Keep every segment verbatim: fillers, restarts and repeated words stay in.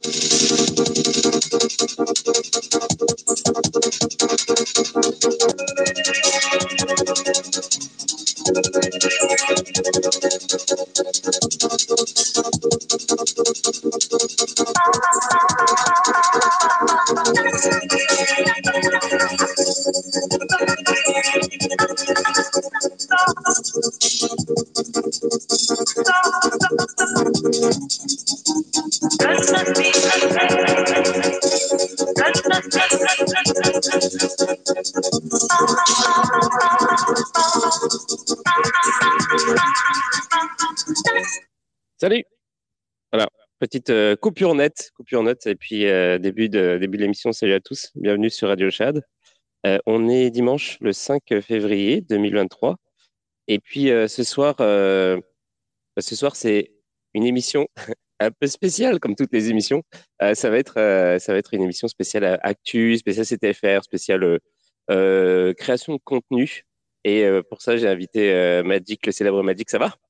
Salut! Voilà, petite euh, coupure nette, coupure nette, et puis euh, début de, début de l'émission, salut à tous, bienvenue sur Radio Chad. Euh, on est dimanche le cinq février deux mille vingt-trois, et puis euh, ce soir, euh, bah, ce soir c'est une émission un peu spéciale, comme toutes les émissions. Euh, ça va être, euh, ça va être une émission spéciale euh, actu, spéciale C T F R, spéciale euh, euh, création de contenu, et euh, pour ça j'ai invité euh, Magic, le célèbre Magic, ça va?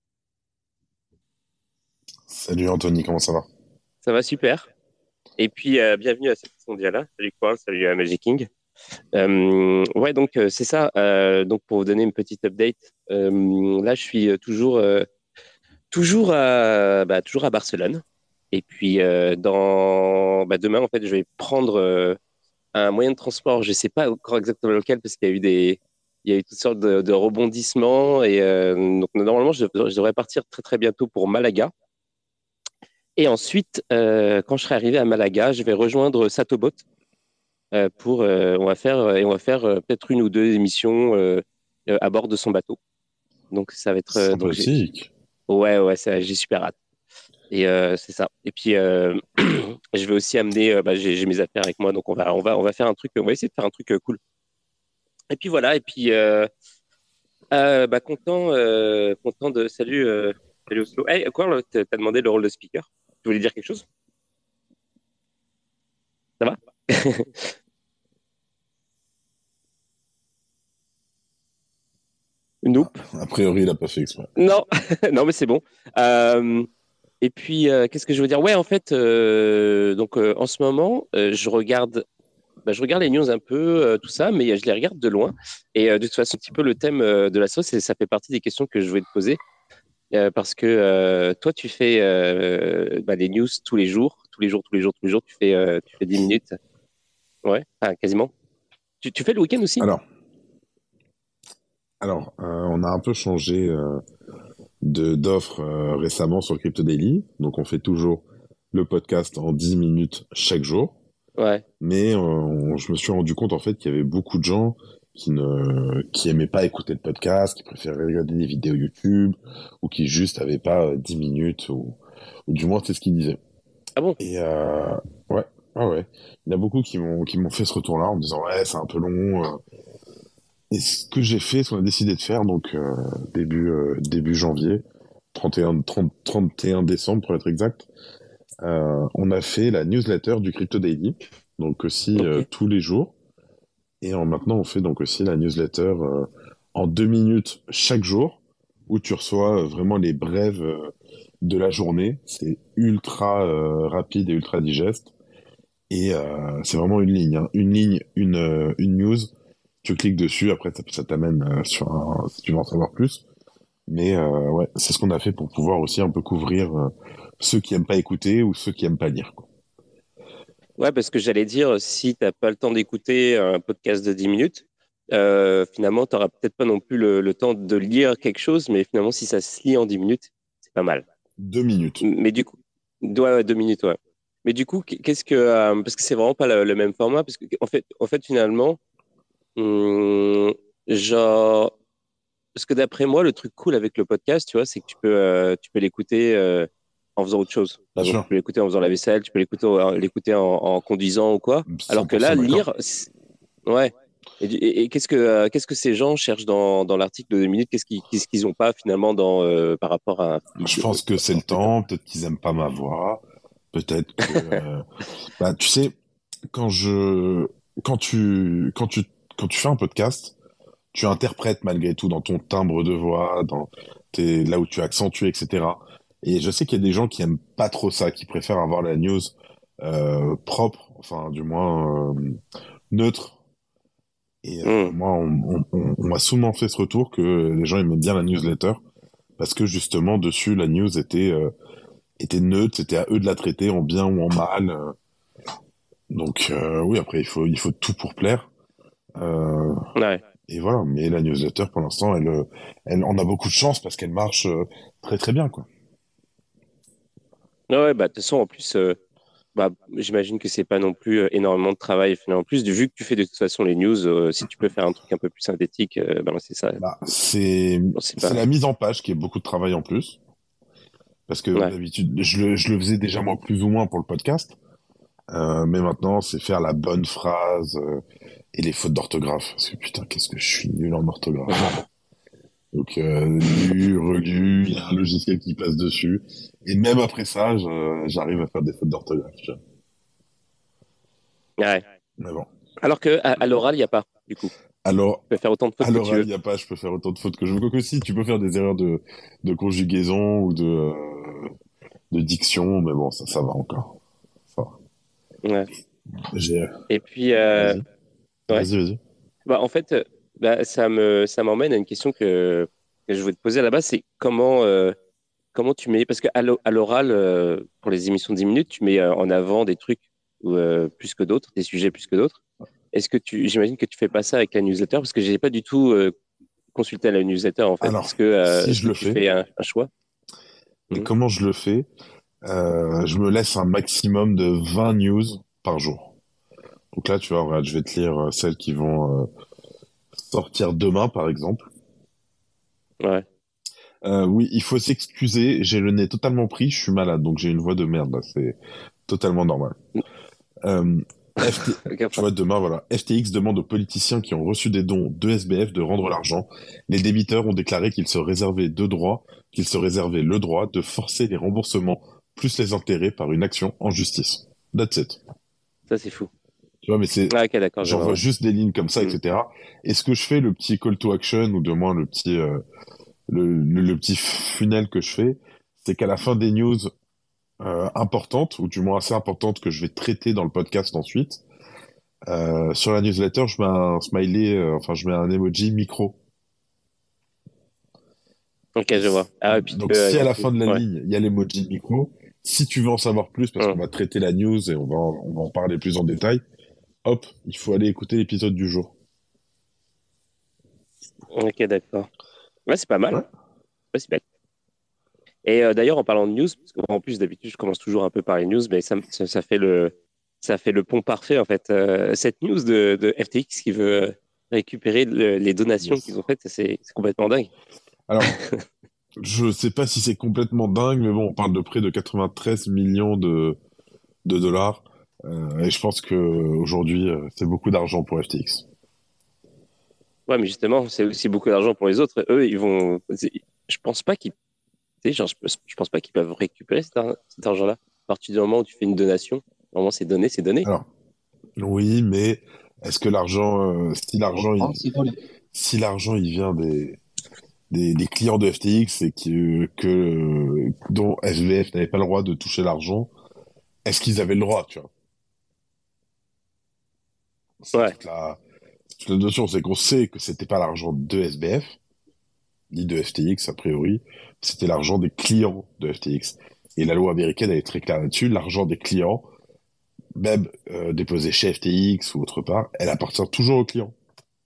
Salut Anthony, comment ça va? Ça va super. Et puis, euh, bienvenue à cette mondiale-là. Salut quoi, salut à Magic King. Euh, ouais, donc euh, c'est ça. Euh, donc pour vous donner une petite update, euh, là je suis euh, toujours, euh, toujours à, bah, toujours à Barcelone. Et puis euh, dans, bah, demain en fait, je vais prendre euh, un moyen de transport. Je sais pas encore exactement lequel parce qu'il y a eu des, il y a eu toutes sortes de, de rebondissements. Et euh, donc normalement, je, je devrais partir très très bientôt pour Malaga. Et ensuite, euh, quand je serai arrivé à Malaga, je vais rejoindre Satobot euh, pour euh, on va faire euh, et on va faire euh, peut-être une ou deux émissions euh, euh, à bord de son bateau. Donc ça va être euh, donc j'ai j'ai- Sympathique. ouais ouais ça j'ai super hâte. Et euh, c'est ça. Et puis euh, je vais aussi amener euh, bah, j'ai j'ai mes affaires avec moi donc on va on va on va faire un truc on va essayer de faire un truc euh, cool. Et puis voilà et puis euh, euh, bah content euh, content de salut euh, salut Oslo. Hey, quoi là, t'as t'as demandé le rôle de speaker? Tu voulais dire quelque chose? Ça va? Nope. A priori, il a pas fait exprès. Non, non, mais c'est bon. Euh, et puis, euh, qu'est-ce que je veux dire? Ouais, en fait, euh, donc euh, en ce moment, euh, je regarde, bah, je regarde les news un peu, euh, tout ça, mais je les regarde de loin. Et euh, de toute façon, un petit peu le thème euh, de la sauce, et ça fait partie des questions que je voulais te poser, euh, parce que euh, toi, tu fais euh, bah, des news tous les jours, tous les jours, tous les jours, tous les jours. Tu fais, euh, tu fais dix minutes, ouais, enfin, quasiment. Tu, tu fais le week-end aussi? Alors, alors, euh, on a un peu changé euh, de d'offre euh, récemment sur Crypto Daily. Donc, on fait toujours le podcast en dix minutes chaque jour. Ouais. Mais euh, on- je me suis rendu compte en fait qu'il y avait beaucoup de gens qui ne qui aimaient pas écouter le podcast, qui préféraient regarder des vidéos YouTube ou qui juste avaient pas euh, dix minutes ou, ou du moins c'est ce qu'ils disaient. Ah bon? Et euh, ouais, ouais, ouais. Il y en a beaucoup qui m'ont qui m'ont fait ce retour-là en me disant ouais c'est un peu long. euh. Et ce que j'ai fait, ce qu'on a décidé de faire donc euh, début euh, début janvier, trente et un trente trente et un décembre pour être exact, euh, on a fait la newsletter du Crypto Daily, donc aussi Ok. euh, tous les jours. Et en, maintenant on fait donc aussi la newsletter euh, en deux minutes chaque jour, où tu reçois euh, vraiment les brèves euh, de la journée. C'est ultra euh, rapide et ultra digeste. Et euh, c'est vraiment une ligne, hein. Une ligne, une, euh, une news. Tu cliques dessus, après ça, ça t'amène euh, sur un, si tu veux en savoir plus. Mais euh, ouais, c'est ce qu'on a fait pour pouvoir aussi un peu couvrir euh, ceux qui aiment pas écouter ou ceux qui aiment pas lire, quoi. Ouais, parce que j'allais dire, si t'as pas le temps d'écouter un podcast de dix minutes, euh, finalement, t'auras peut-être pas non plus le, le temps de lire quelque chose, mais finalement, si ça se lit en dix minutes, c'est pas mal. Deux minutes. Mais du coup, ouais, ouais, deux minutes, ouais. Mais du coup, qu'est-ce que, euh, parce que c'est vraiment pas le, le même format, parce que, en fait, en fait, finalement, hum, genre, parce que d'après moi, le truc cool avec le podcast, tu vois, c'est que tu peux, euh, tu peux l'écouter euh, en faisant autre chose. Bien Par exemple, tu sûr, peux l'écouter en faisant la vaisselle, tu peux l'écouter en- l'écouter en, en conduisant ou quoi. Alors que là, cent pour cent d'accord. lire, c'est- ouais. Et, du- et- et qu'est-ce que, euh, qu'est-ce que ces gens cherchent dans, dans l'article de deux minutes? Qu'est-ce qu'ils, qu'est-ce qu'ils ont pas finalement dans, euh, par rapport à un fil Je de, pense que c'est le en fait, hein. temps, peut-être qu'ils aiment pas ma voix, peut-être que euh, bah tu sais quand je quand tu quand tu quand tu fais un podcast, tu interprètes malgré tout dans ton timbre de voix, dans tes là où tu accentues, et cetera. Et je sais qu'il y a des gens qui aiment pas trop ça, qui préfèrent avoir la news euh, propre, enfin du moins euh, neutre. Et euh, Hmm. moi, on, on, on- on m'a souvent fait ce retour que les gens aimaient bien la newsletter parce que justement dessus la news était euh, était neutre, c'était à eux de la traiter en bien ou en mal. euh. Donc euh, oui, après il faut il faut tout pour plaire. Euh, Ouais. et voilà, mais la newsletter pour l'instant, elle, euh, elle, on a beaucoup de chance parce qu'elle marche euh, très très bien quoi. Ouais, ouais, bah, de toute façon, en plus, euh, bah, j'imagine que c'est pas non plus euh, énormément de travail. En plus, vu que tu fais de toute façon les news, euh, si tu peux faire un truc un peu plus synthétique, euh, bah, c'est ça. Bah c'est Bon, c'est c'est pas. la mise en page qui est beaucoup de travail en plus parce que Ouais. d'habitude je le, je le faisais déjà moi plus ou moins pour le podcast. Euh, mais maintenant, c'est faire la bonne phrase euh, et les fautes d'orthographe. Parce que putain, qu'est-ce que je suis nul en orthographe. Donc, euh, lu, relu, il y a un logiciel qui passe dessus. Et même après ça, je- j'arrive à faire des fautes d'orthographe. Tu vois. Ouais. Mais bon. Alors que à, à l'oral, il n'y a pas, du coup. Alors, Tu peux faire autant de à fautes que tu l'oral, il veux. n'y a pas, je peux faire autant de fautes que je veux. Quoique si, tu peux faire des erreurs de, de conjugaison ou de, euh, de diction, mais bon, ça, ça va encore. Ça va. Ouais. J'ai... Et puis, euh, Vas-y, ouais. vas-y, vas-y. Bah, en fait, euh, bah, ça me, ça m'emmène à une question que, que je voulais te poser à la base, c'est comment, euh, comment tu mets, parce qu'à l'o- à l'oral, euh, pour les émissions de dix minutes, tu mets euh, en avant des trucs euh, plus que d'autres, des sujets plus que d'autres. Est-ce que tu, j'imagine que tu fais pas ça avec la newsletter, parce que j'ai pas du tout euh, consulté la newsletter en fait. Alors, Est-ce que, euh, si est-ce je que le tu fais, fais un, un choix? mais Mhm. comment je le fais? Euh, je me laisse un maximum de vingt news par jour. Donc là, tu vois, regarde, je vais te lire euh, celles qui vont euh, sortir demain, par exemple. Ouais. Euh, oui, il faut s'excuser, j'ai le nez totalement pris, je suis malade, donc j'ai une voix de merde, là, c'est totalement normal. Euh, F T... Ok, Tu vois, demain, voilà. F T X demande aux politiciens qui ont reçu des dons de S B F de rendre l'argent. Les débiteurs ont déclaré qu'ils se réservaient de droit, qu'ils se réservaient le droit de forcer les remboursements plus les intérêts par une action en justice. That's it. ça c'est fou. Tu vois, mais c'est, Ah, ok, d'accord, je vois, j'envoie ouais. juste des lignes comme ça, Mhm. et cetera. Est-ce que je fais le petit call to action ou de moins le petit, euh, le, le, le petit funnel que je fais, c'est qu'à la fin des news euh, importantes, ou du moins assez importantes que je vais traiter dans le podcast ensuite, euh, sur la newsletter, je mets un smiley, euh, enfin je mets un emoji micro. Ok, Et je c- vois. Ah, et puis tu donc peux euh, si à la fin éventuellement. de la Ouais. ligne, il y a l'emoji micro, si tu veux en savoir plus, parce qu'on Mhm. va traiter la news et on va, en- on va en parler plus en détail, hop, il faut aller écouter l'épisode du jour. Ok, d'accord. Ouais, c'est pas mal. Ouais. Ouais, c'est belle. Et euh, d'ailleurs, en parlant de news, parce qu'en plus d'habitude, je commence toujours un peu par les news, mais ça, ça, ça fait le, ça fait le pont parfait en fait. Euh, cette news de, de F T X qui veut euh, récupérer le- les donations Yes. qu'ils ont faites, c'est c'est complètement dingue. Alors, je sais pas si c'est complètement dingue, mais bon, on parle de près de quatre-vingt-treize millions de, de dollars. Euh, et je pense que aujourd'hui, euh, c'est beaucoup d'argent pour F T X. Ouais, mais justement, c'est aussi beaucoup d'argent pour les autres. Eux, ils vont. c'est- Je pense pas qu'ils. Tu sais, genre, je, je pense pas qu'ils peuvent récupérer cet, ar- cet argent-là. À partir du moment où tu fais une donation, normalement, c'est donné, c'est donné. Alors, oui, mais est-ce que l'argent, euh, si l'argent, Ah, il, c'est volé. si l'argent, il vient des, des, des clients de F T X et que, que dont S V F n'avait pas le droit de toucher l'argent, est-ce qu'ils avaient le droit, tu vois? C'est Ouais, toute la, c'est toute la notion, c'est qu'on sait que c'était pas l'argent de S B F, ni de F T X, a priori, c'était l'argent des clients de F T X. Et la loi américaine, elle est très claire là-dessus, l'argent des clients, même euh, déposé chez F T X ou autre part, elle appartient toujours aux clients.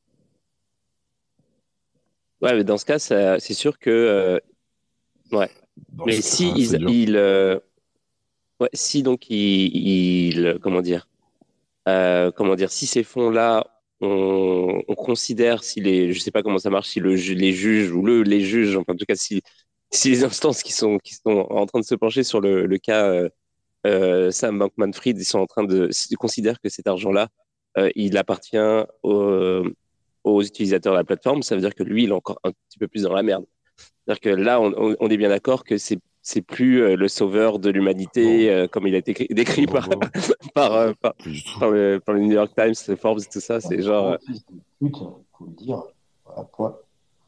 ouais, mais dans ce cas, ça- c'est sûr que. euh, ouais. Donc, Mais c'est si ah, c'est ils, dur. ils, euh, ouais, si donc ils, ils- comment dire, euh, comment dire, si ces fonds-là, on, on considère si les, je sais pas comment ça marche, si le, ju- les juges ou le, les juges, enfin en tout cas si, si les instances qui sont qui sont en train de se pencher sur le, le cas euh, euh, Sam Bankman-Fried, ils sont en train de ils considèrent que cet argent-là, euh, il appartient aux, aux utilisateurs de la plateforme, ça veut dire que lui, il est encore un petit peu plus dans la merde. C'est-à-dire que là, on, on- on est bien d'accord que c'est c'est plus euh, le sauveur de l'humanité Non, euh, comme il a été écrit- non, décrit non, par non, non, par, euh, par, plus du tout. par le, par le New York Times, le Forbes, tout ça. C'est C'est un genre, gros euh, fils de pute, faut le dire. À point.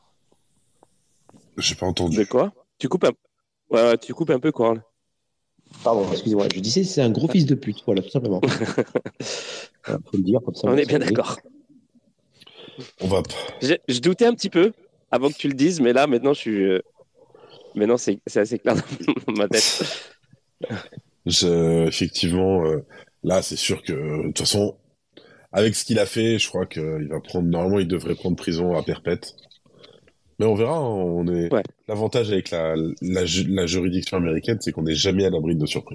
J'ai pas de entendu. quoi? Tu coupes un, ouais, ouais, tu coupes un peu quoi, là. Pardon, excusez-moi. Je disais, c'est un gros fils de pute. Voilà, tout simplement. Il faut le dire comme ça. On est bien ça- d'accord. On va p- Je, je doutais un petit peu avant que tu le dises, mais là, maintenant, je suis. euh, Maintenant, c'est c'est assez clair dans ma tête. je- effectivement, euh, là, c'est sûr que, de toute façon, avec ce qu'il a fait, je crois qu'il va prendre, normalement, il devrait prendre prison à perpète. Mais on verra, hein, on est, Ouais. l'avantage avec la, la, ju- la juridiction américaine, c'est qu'on n'est jamais à l'abri de nos surprises.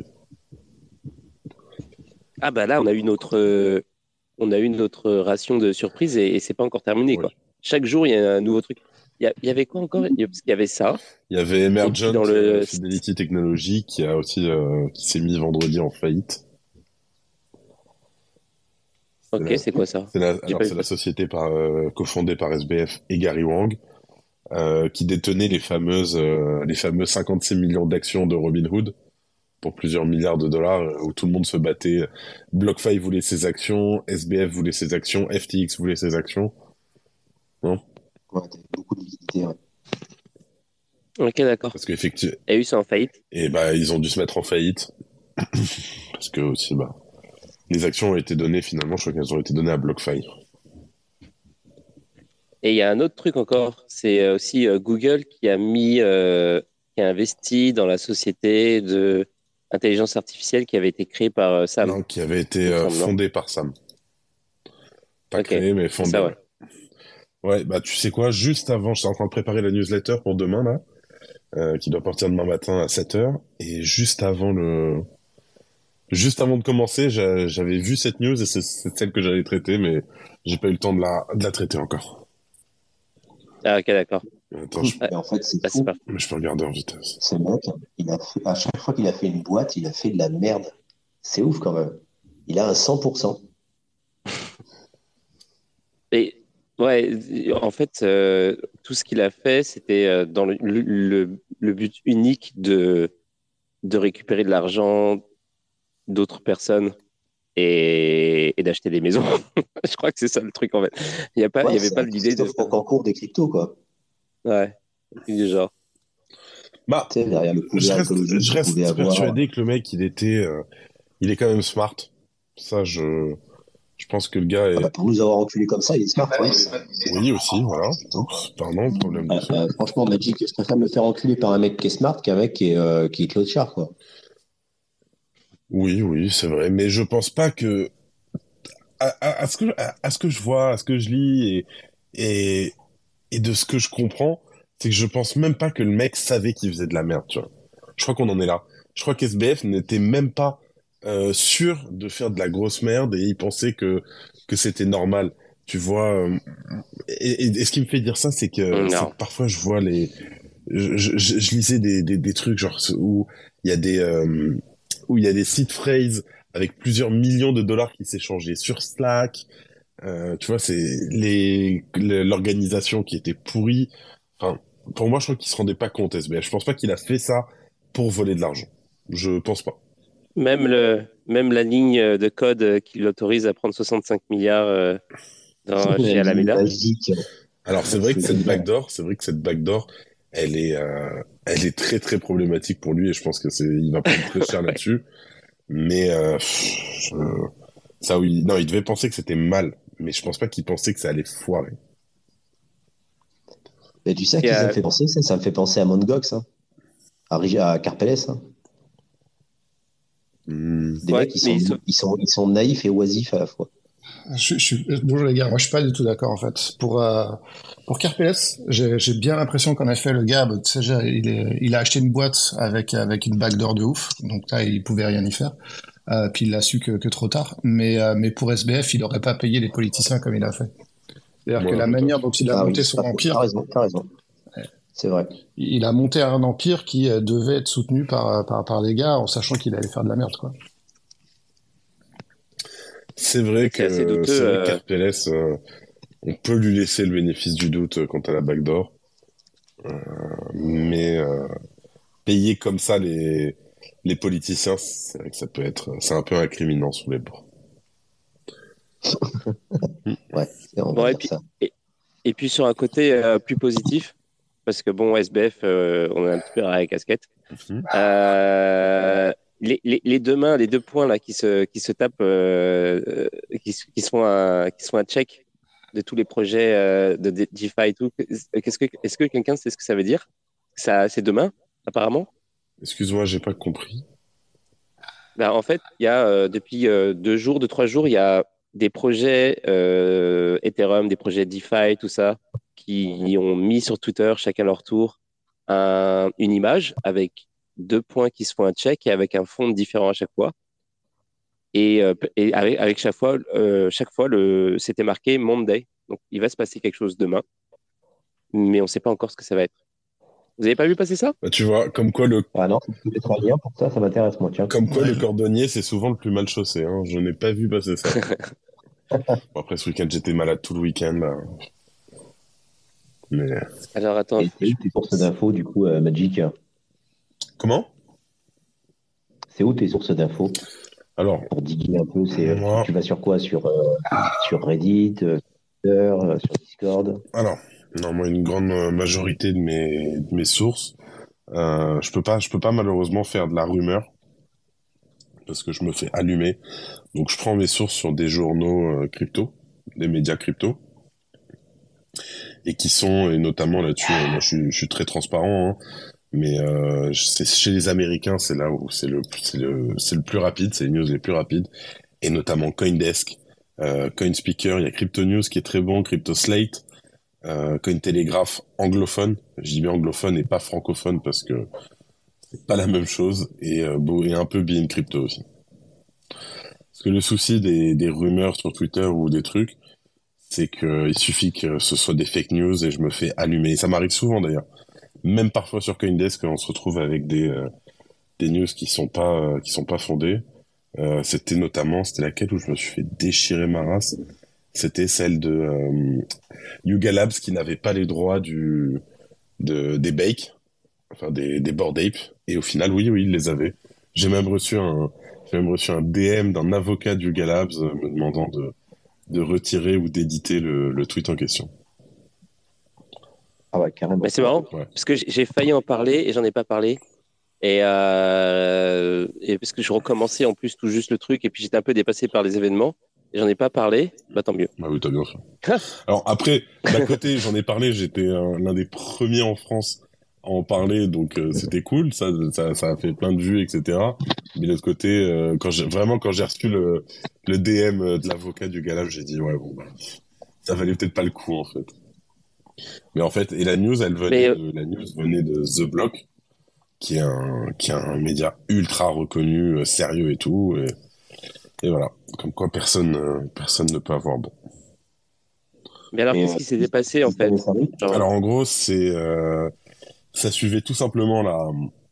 Ah, bah là, on a eu notre, euh, on a eu notre ration de surprises et, et c'est pas encore terminé, Oui. quoi. Chaque jour, il y a un nouveau truc. Il y, a- il y avait quoi encore? Il y a- Parce qu'il y avait ça. Il y avait Et puis Emergent dans euh, le. Fidelity Technology qui a aussi, euh, qui s'est mis vendredi en faillite. C'est Ok, la, c'est quoi ça? c'est la- J'ai alors pas vu c'est la passer. société par, euh, cofondée par S B F et Gary Wang, euh, qui détenait les fameuses, euh, les fameux cinquante-six millions d'actions de Robinhood pour plusieurs milliards de dollars, euh, où tout le monde se battait. BlockFi voulait ses actions, S B F voulait ses actions, F T X voulait ses actions. Non? Ouais, t'avais beaucoup de liquidités. Ouais. Ok, d'accord. Parce qu'effectivement, Et eux, ils sont en faillite. et bah, ils ont dû se mettre en faillite. Parce que aussi, bah, les actions ont été données finalement, je crois qu'elles ont été données à BlockFi. Et il y a un autre truc encore, c'est euh, aussi euh, Google qui a mis, euh, qui a investi dans la société de intelligence artificielle qui avait été créée par euh, Sam, Non, qui avait été il me euh, semble, non? fondée par Sam. Pas Ok, créée, mais c'est fondée, ça, ouais. ouais. Ouais, bah tu sais quoi, juste avant, je suis en train de préparer la newsletter pour demain, là, euh, qui doit partir demain matin à sept heures. Et juste avant le... Juste avant de commencer, j'a- j'avais vu cette news et c'est c'est celle que j'allais traiter, mais j'ai pas eu le temps de la, de la traiter encore. Ah, ok, d'accord. Attends, je, Ouais, Et en fait, c'est bah, c'est fou. parfait. je peux regarder en vitesse. Ce mec, il a fait, à chaque fois qu'il a fait une boîte, il a fait de la merde. C'est ouf quand même. Il a un cent pour cent. Et ouais, en fait, euh, tout ce qu'il a fait, c'était euh, dans le, le, le but unique de, de récupérer de l'argent d'autres personnes et, et d'acheter des maisons. Je crois que c'est ça le truc en fait. Il y a pas, il y Ouais, avait c'est pas un l'idée de Christophe faire. Concours des cryptos, quoi. Ouais, un truc du genre. Bah, Tu sais, derrière le je couvert reste, écologique je qu'il pouvait reste avoir. persuadé que le mec, il était, euh, il est quand même smart. Ça, je, je pense que le gars Ah bah, est, pour nous avoir enculés comme ça, il est smart, ouais. oui aussi, voilà. Hein. Pardon, problème de Euh, son. euh, franchement, Magic, je préfère me faire enculer par un mec qui est smart qu'un mec qui est, euh, qui est Claude Char, quoi. Oui, oui, c'est vrai, mais je pense pas que à, à- à ce que à, à ce que je vois, à ce que je lis et et et de ce que je comprends, c'est que je pense même pas que le mec savait qu'il faisait de la merde, tu vois. Je crois qu'on en est là. Je crois qu'S B F n'était même pas euh, sûr de faire de la grosse merde et il pensait que que c'était normal. Tu vois, euh, et, et- et ce qui me fait dire ça, c'est que c'est Non. que parfois je vois les, je, je, je- je lisais des, des, des trucs genre où il y a des euh, où il y a des sites phrases avec plusieurs millions de dollars qui s'échangeaient sur Slack. Euh, tu vois, c'est les le- l'organisation qui était pourrie. Enfin, pour moi, je crois qu'il se rendait pas compte, S B F. Je pense pas qu'il a fait ça pour voler de l'argent. Je pense pas. Même le, même la ligne de code qui l'autorise à prendre soixante-cinq milliards euh, dans, La chez ligne Alameda. magique, Alors c'est vrai c'est que cette génial. backdoor, c'est vrai que cette backdoor, elle est, euh, elle est très très problématique pour lui et je pense que c'est, il va prendre très cher Ouais. là-dessus. Mais euh, pff, je- ça oui, non, il devait penser que c'était mal, mais je pense pas qu'il pensait que ça allait foirer. Mais tu sais à Il y qui ça me a- fait penser, ça? Ça me fait penser à Mongox, hein, à, Rig- à Carpeles, hein. Hmm. Des ouais, mecs, ils mais sont, ils sont- ils sont, ils sont naïfs et oisifs à la fois. Je, je suis, bonjour les gars, moi je suis pas du tout d'accord en fait. Pour euh, pour Carpeles, j'ai j'ai bien l'impression qu'en effet le gars, bah, tu sais, j'ai- il, est, il a acheté une boîte avec avec une backdoor de ouf, donc là il pouvait rien y faire. Euh, puis il l'a su que, que trop tard. Mais euh, mais pour S B F, il aurait pas payé les politiciens comme il a fait. C'est-à-dire que Ouais, la manière peut-être. dont il a Ah oui, monté c'est son pas faux. T'as empire, raison, t'as raison. C'est vrai. il a monté un empire qui euh, devait être soutenu par par par les gars en sachant qu'il allait faire de la merde quoi. C'est vrai c'est assez que douteux. c'est vrai que euh, Carpeles, euh, on peut lui laisser le bénéfice du doute euh, quant à la backdoor, mais euh, payer comme ça les les politiciens, c'est vrai que ça peut être, c'est un peu incriminant sous les bords. Ouais, on va Bon, et dire puis, ça. et, et puis sur un côté euh, plus positif, parce que bon, S B F, euh, on a un petit peu à la casquette. Mhm. Euh, les, les, les deux mains, les deux points là qui se, qui se tapent, euh, qui, se- qui sont un, qui sont un check de tous les projets euh, de D- DeFi et tout. Qu'est-ce que, est-ce que quelqu'un sait ce que ça veut dire? Ça, c'est deux mains, apparemment. Excuse-moi, j'ai pas compris. Ben, en fait, il y a euh, depuis euh, deux jours, deux, trois jours, il y a des projets euh, Ethereum, des projets DeFi, tout ça, qui ont mis sur Twitter, chacun leur tour, un- une image avec deux points qui se font un check et avec un fond différent à chaque fois. Et, euh, et avec, avec chaque fois, euh, chaque fois le, c'était marqué Monday. Donc, il va se passer quelque chose demain, mais on ne sait pas encore ce que ça va être. Vous n'avez pas vu passer ça? Bah, tu vois, comme quoi le, Ah non, si tu peux mettre un lien pour ça, ça m'intéresse, moi, tiens. comme quoi Ouais. le cordonnier, c'est souvent le plus mal chaussé, hein. Je n'ai pas vu passer ça. Bon, après, ce week-end, j'étais malade tout le week-end, là. Mais, Alors, attends. Et c'est où tes sources d'infos, du coup, euh, Magic? comment? C'est où tes sources d'infos? Alors, Pour diguer un peu, c'est, euh, tu, moi, tu vas sur quoi? Sur, euh, sur Reddit, euh, Twitter, euh, sur Discord? alors, non, moi, une grande euh, majorité de mes, de mes sources, euh, je peux pas, je peux pas malheureusement faire de la rumeur parce que je me fais allumer. Donc, je prends mes sources sur des journaux euh, crypto, des médias crypto, et qui sont, et notamment là-dessus, euh, moi, je suis, je suis très transparent, hein, mais euh, c'est chez les Américains, c'est là où c'est le, c'est le, c'est le plus rapide, c'est les news les plus rapides, et notamment CoinDesk, euh, CoinSpeaker, il y a Crypto News qui est très bon, CryptoSlate, euh, Cointelegraph anglophone, je dis bien anglophone et pas francophone parce que c'est pas la même chose, et, euh, beau, et un peu Bein Crypto aussi. Parce que le souci des, des rumeurs sur Twitter ou des trucs, c'est que il suffit que ce soit des fake news et je me fais allumer. Et ça m'arrive souvent d'ailleurs. Même parfois sur CoinDesk, on se retrouve avec des, euh, des news qui sont pas, euh, qui sont pas fondées. Euh, c'était notamment, c'était laquelle où je me suis fait déchirer ma race. C'était celle de euh, Yuga Labs qui n'avait pas les droits du, de, des bakes, enfin des, des Bored Ape. Et au final, oui, oui, il les avait. J'ai même reçu un, j'ai même reçu un D M d'un avocat de Yuga Labs euh, me demandant de, de retirer ou d'éditer le, le tweet en question. Ah ouais, carrément. Mais c'est marrant, Ouais. parce que j'ai j'ai failli en parler et j'en ai pas parlé. Et, euh, et parce que je recommençais en plus tout juste le truc, et puis j'étais un peu dépassé par les événements, et j'en ai pas parlé, bah tant mieux. Ah oui, t'as bien fait. Alors après, d'un côté, j'en ai parlé, j'étais un- l'un des premiers en France à en parler, donc euh, c'était cool, ça, ça, ça a fait plein de vues, et cetera. Mais de l'autre côté, euh, quand j'ai, vraiment quand j'ai reçu le, le D M de l'avocat du gars, j'ai dit ouais bon bah ça valait peut-être pas le coup en fait. Mais en fait, et la news, elle venait Mais euh, de la news venait de The Block, qui est un qui est un média ultra reconnu, euh, sérieux et tout, et, et voilà, comme quoi personne euh, personne ne peut avoir bon. mais alors, Et qu'est-ce euh, qui s'était passé en système fait? informatique? Genre, Alors en gros, c'est euh, ça suivait tout simplement la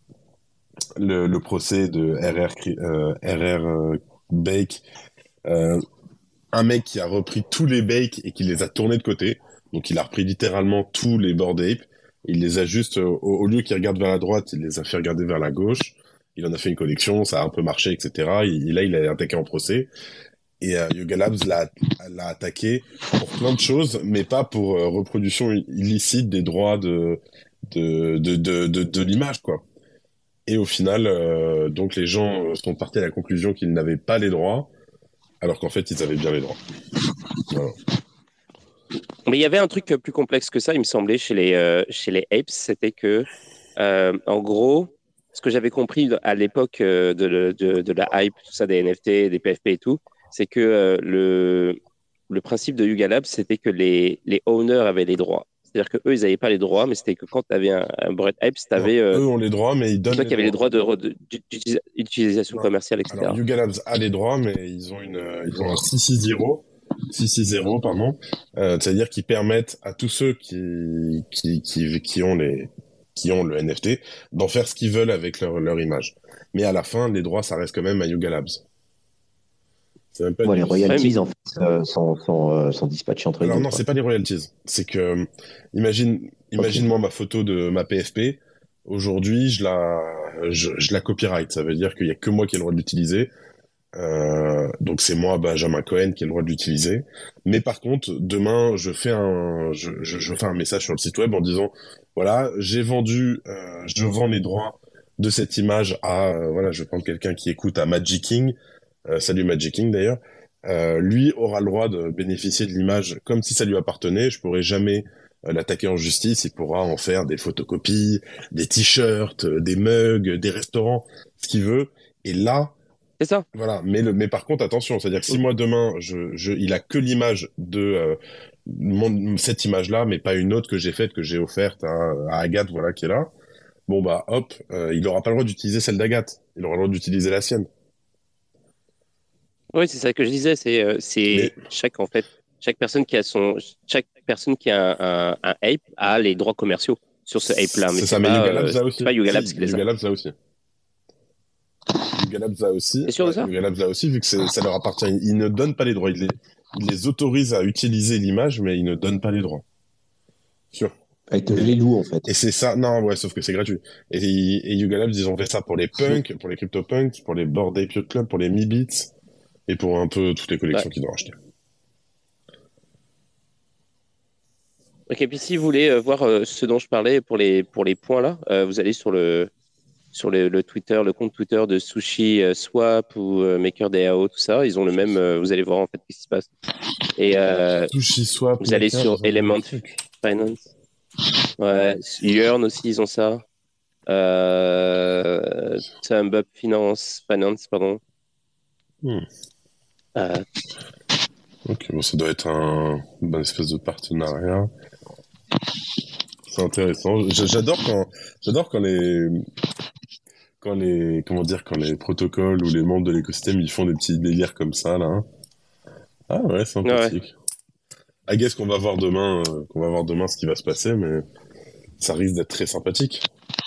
le, le procès de R R Cri- euh, R R euh, Bake, euh, un mec qui a repris tous les bakes et qui les a tournés de côté. Donc il a repris littéralement tous les Bored Ape. Il les a juste, euh, au, au lieu qu'il regarde vers la droite, il les a fait regarder vers la gauche. Il en a fait une collection, ça a un peu marché, et cetera. Il, là, il a attaqué en procès. Et euh, Yuga Labs l'a, l'a attaqué pour plein de choses, mais pas pour euh, reproduction illicite des droits de, de, de, de, de, de l'image, quoi. Et au final, euh, donc les gens euh, sont partis à la conclusion qu'ils n'avaient pas les droits, alors qu'en fait, ils avaient bien les droits. Voilà. mais il y avait un truc plus complexe que ça, il me semblait, chez les, euh, chez les apes, c'était que, euh, en gros, ce que j'avais compris à l'époque euh, de, le- de, de la hype, tout ça, des N F T, des P F P et tout, c'est que euh, le, le principe de Yuga Labs, c'était que les, les owners avaient les droits. C'est-à-dire que eux, ils n'avaient pas les droits, mais c'était que quand tu avais un, un Bored Apes, tu Non, avais, euh, eux ont les droits, mais ils c'est donnent toi les qui avais les droits. droits de, de- d'utilisa- d'utilisation Non. commerciale, Alors, et cetera. Yuga Labs a les droits, mais ils ont une, euh, ils ont un six six zéro, six six zéro, pardon, euh, c'est-à-dire qu'ils permettent à tous ceux qui, qui, qui, qui ont les, qui ont le N F T d'en faire ce qu'ils veulent avec leur, leur image. Mais à la fin, les droits, ça reste quand même à Yuga Labs. C'est même pas Moi, les du... Ouais, mais royalties, en fait, euh, sont, sont, euh, sont dispatchées entre les Alors deux, non, quoi. c'est pas les royalties. C'est que, euh, imagine, Ok. imagine-moi ma photo de ma P F P. Aujourd'hui, je la, je, je la copyright. Ça veut dire qu'il y a que moi qui ai le droit de l'utiliser. Euh, donc c'est moi, Benjamin Cohen, qui ai le droit de l'utiliser. Mais par contre, demain, je fais un, je, je, je fais un message sur le site web en disant, voilà, j'ai vendu, euh, je vends les droits de cette image à, euh, voilà, je vais prendre quelqu'un qui écoute à Magic King, euh, salut Magic King d'ailleurs, euh, lui aura le droit de bénéficier de l'image comme si ça lui appartenait. Je pourrais jamais euh, l'attaquer en justice. Il pourra en faire des photocopies, des t-shirts, euh, des mugs, des restaurants, ce qu'il veut. Et là, C'est ça. voilà. Mais le, mais par contre, attention, c'est-à-dire que si moi demain, je, je, il a que l'image de euh, mon- cette image-là, mais pas une autre que j'ai faite, que j'ai offerte à, à Agathe, voilà, qui est là. Bon bah hop, euh, il aura pas le droit d'utiliser celle d'Agathe. Il aura le droit d'utiliser la sienne. Oui, c'est ça que je disais. C'est euh, Mais c'est chaque en fait chaque personne qui a son chaque personne qui a un, un, un ape a les droits commerciaux sur ce ape-là, mais c'est c'est ça. Mais pas Yuga euh, Labs là c'est aussi. pas Yuga Labs Si, qui les a. Yuga Labs là aussi. Yuga Labs là aussi. T'es sûr de Ouais, ça? Yuga Labs là aussi, vu que c'est, ça leur appartient. Ils ne donnent pas les droits. Ils les, ils les autorisent à utiliser l'image, mais ils ne donnent pas les droits. Sûr. Avec les loups, en fait. Et c'est ça, non, ouais, sauf que c'est gratuit. Et, et Yuga Labs, ils ont fait ça pour les punks, pour les crypto-punks, pour les Bored Ape Yacht Club, pour les Mi-Beats, et pour un peu toutes les collections Ouais. qu'ils ont achetées. Ok, puis si vous voulez euh, voir euh, ce dont je parlais pour les pour les points là, euh, vous allez sur le sur le, le Twitter, le compte Twitter de Sushi euh, Swap ou euh, MakerDAO, tout ça, ils ont le même. Euh, vous allez voir en fait ce qui se passe. Et euh, Sushi Swap, vous allez Maker, sur ils ont le même Element truc. Finance. Ouais, Yearn aussi, ils ont ça. Euh, Thumb Up Finance, Finance, pardon. Hmm. Euh, Ok, bon, ça doit être un, une espèce de partenariat. C'est intéressant. J- J'adore quand, j'adore quand les, quand les, comment dire, quand les protocoles ou les membres de l'écosystème, ils font des petits délires comme ça, là. Hein. Ah ouais, ouais. sympathique. I guess qu'on va voir demain, euh, qu'on va voir demain ce qui va se passer, mais ça risque d'être très sympathique.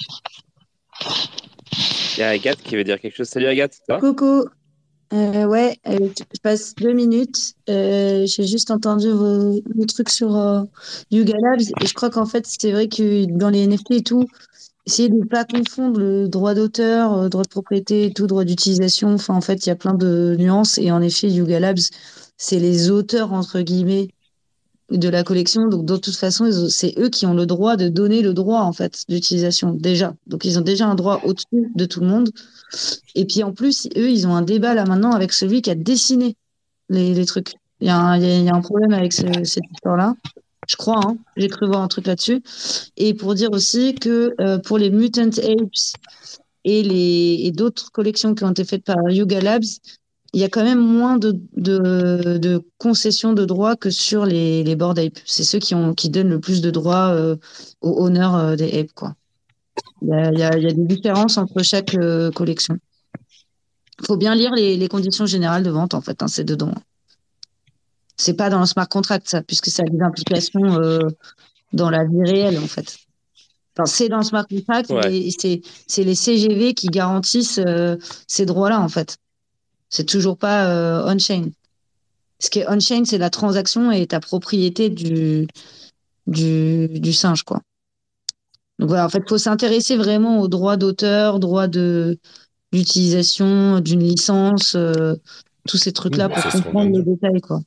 Il y a Agathe qui veut dire quelque chose. Salut Agathe, ça va? Coucou. Euh, ouais, euh, je passe deux minutes. Euh, j'ai juste entendu vos, vos trucs sur euh, Yuga Labs et je crois qu'en fait, c'est vrai que dans les N F T et tout, essayer de ne pas confondre le droit d'auteur, euh, droit de propriété et tout, droit d'utilisation. Enfin, en fait, il y a plein de nuances et en effet, Yuga Labs, c'est les auteurs, entre guillemets, de la collection. Donc, de toute façon, ils ont- c'est eux qui ont le droit de donner le droit, en fait, d'utilisation, déjà. Donc, ils ont déjà un droit au-dessus de tout le monde. Et puis en plus, eux, ils ont un débat là maintenant avec celui qui a dessiné les, les trucs. Il y a un, il y a, il y a un problème avec ce- cette histoire-là. Je crois, hein. J'ai cru voir un truc là-dessus. Et pour dire aussi que euh, pour les Mutant Apes et, les, et d'autres collections qui ont été faites par Yuga Labs, il y a quand même moins de, de, de concessions de droits que sur les, les Bored Apes. C'est ceux qui, ont, qui donnent le plus de droits euh, au honneur euh, des apes, quoi. Il y a, il y a, il y a des différences entre chaque euh, collection. Il faut bien lire les, les conditions générales de vente, en fait, hein, c'est dedans. C'est pas dans le smart contract, ça, puisque ça a des implications euh, dans la vie réelle, en fait. Enfin, c'est dans le smart contract, Ouais. mais c'est, c'est les C G V qui garantissent euh, ces droits-là, en fait. C'est toujours pas euh, on-chain. Ce qui est on-chain, c'est la transaction et ta propriété du, du, du singe, quoi. Donc voilà, en fait, il faut s'intéresser vraiment aux droits d'auteur, droits de, d'utilisation d'une licence, euh, tous ces Oui, trucs-là bah, pour c'est ce qu'on vient comprendre de les dire. détails, quoi.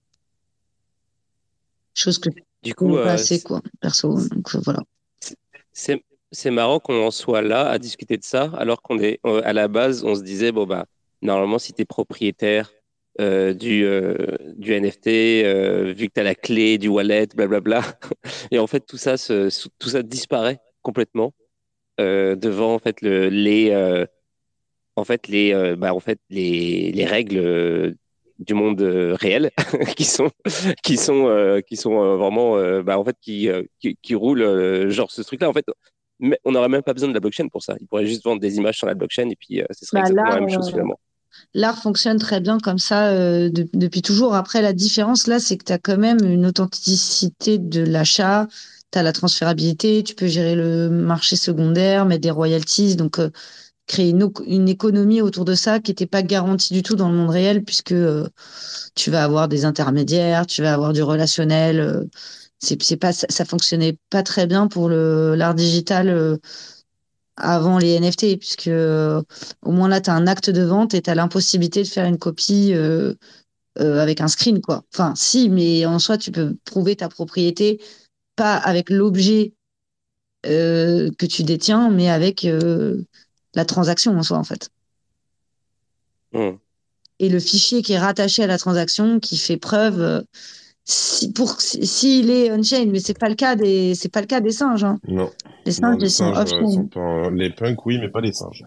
Chose que je Du coup, connais pas euh, assez, quoi, perso. Donc euh, voilà. c'est c'est marrant qu'on en soit là à discuter de ça, alors qu'on est euh, à la base, on se disait bon bah normalement si tu es propriétaire euh, du euh, du N F T, euh, vu que tu as la clé du wallet, blablabla, et en fait tout ça se, tout ça disparaît complètement euh, devant en fait le les euh, en fait les euh, bah en fait les les règles euh, du monde euh, réel qui sont qui sont euh, qui sont euh, vraiment euh, bah en fait qui euh, qui, qui roulent euh, genre ce truc là en fait mais on n'aurait même pas besoin de la blockchain pour ça, ils pourraient juste vendre des images sur la blockchain et puis euh, ce serait Bah, exactement la l'art, même chose euh, finalement. l'art fonctionne très bien comme ça euh, de- depuis toujours. Après, la différence là, c'est que tu as quand même une authenticité de l'achat, tu as la transférabilité, tu peux gérer le marché secondaire, mettre des royalties, donc euh, créer une, o- une économie autour de ça qui n'était pas garantie du tout dans le monde réel, puisque euh, tu vas avoir des intermédiaires, tu vas avoir du relationnel. euh, c'est, c'est pas, ça, ça fonctionnait pas très bien pour le, l'art digital euh, avant les N F T, puisque euh, au moins là, tu as un acte de vente et tu as l'impossibilité de faire une copie euh, euh, avec un screen, quoi. Enfin, si, mais en soi, tu peux prouver ta propriété, pas avec l'objet euh, que tu détiens, mais avec euh, la transaction en soi, en fait. Hmm. Et le fichier qui est rattaché à la transaction, qui fait preuve, euh, si, pour, si, s'il est on-chain, mais c'est pas le cas des, c'est pas le cas des singes, hein. Non, Les non, singes, les ils sont singes euh, sont off-chain. pas. Les punks, oui, mais pas les singes.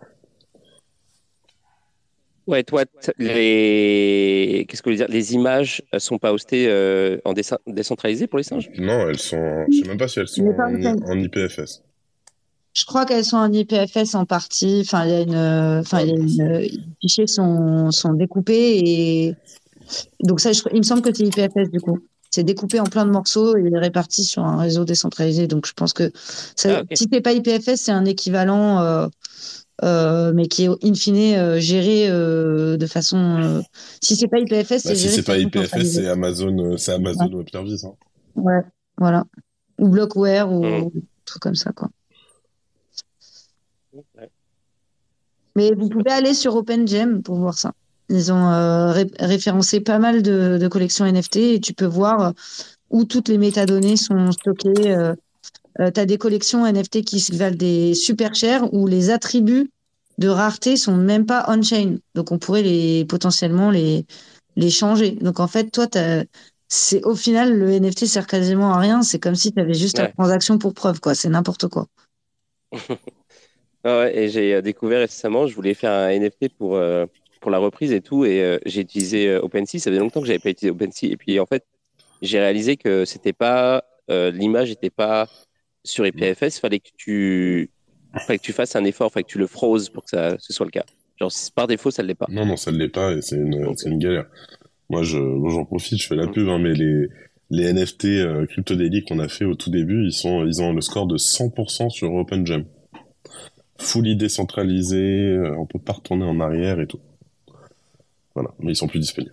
Ouais, toi, t- les qu'est-ce que je veux dire? Les images euh, sont pas hostées euh, en dessin- décentralisé pour les singes? Non, elles sont. Je sais même pas si elles sont Mais pas en, I- on-chain. en I P F S. Je crois qu'elles sont en I P F S en partie. Enfin, il y a une, euh, enfin, Ouais, il y a bah, une, c'est- euh, les fichiers sont, sont découpés et donc ça, je- il me semble que c'est I P F S du coup. C'est découpé en plein de morceaux et réparti sur un réseau décentralisé. Donc je pense que ça, Ah, ok. si c'est pas I P F S, c'est un équivalent, euh, euh, mais qui est in fine euh, géré euh, de façon. Euh, si c'est pas I P F S, bah, c'est si géré de c'est pas façon I P F S, centralisée. c'est Amazon, euh, c'est Ouais, Amazon Web Service. Hein. ouais, voilà. Ou Blockware Hmm. ou truc comme ça quoi. Ouais. Mais vous C'est pas pouvez trop. aller sur OpenGem pour voir ça. Ils ont euh, ré- référencé pas mal de, de collections N F T et tu peux voir euh, où toutes les métadonnées sont stockées. Euh, euh, tu as des collections N F T qui se valent des super chers où les attributs de rareté sont même pas on-chain. Donc on pourrait les potentiellement les, les changer. Donc en fait, toi, t'as- c'est au final le N F T sert quasiment à rien. C'est comme si tu avais juste ta Ouais. transaction pour preuve, quoi. C'est n'importe quoi. Ah ouais, et j'ai euh, découvert récemment, je voulais faire un N F T pour, euh, pour la reprise et tout, et euh, j'ai utilisé euh, OpenSea. Ça faisait longtemps que j'avais pas utilisé OpenSea, et puis en fait, j'ai réalisé que c'était pas euh, l'image n'était pas sur I P F S. Fallait que tu fallait que tu fasses un effort, fallait que tu le froses pour que ça ce soit le cas. Genre si par défaut, ça ne l'est pas. Non, non, ça ne l'est pas et c'est une, Donc, c'est une galère. Moi, je, moi, j'en profite, je fais la euh, pub, hein, mais les, les N F T euh, Crypto Daily qu'on a fait au tout début, ils sont, ils ont le score de cent pour cent sur OpenGem. Fully décentralisé, euh, on peut pas retourner en arrière et tout. Voilà, mais ils sont plus disponibles.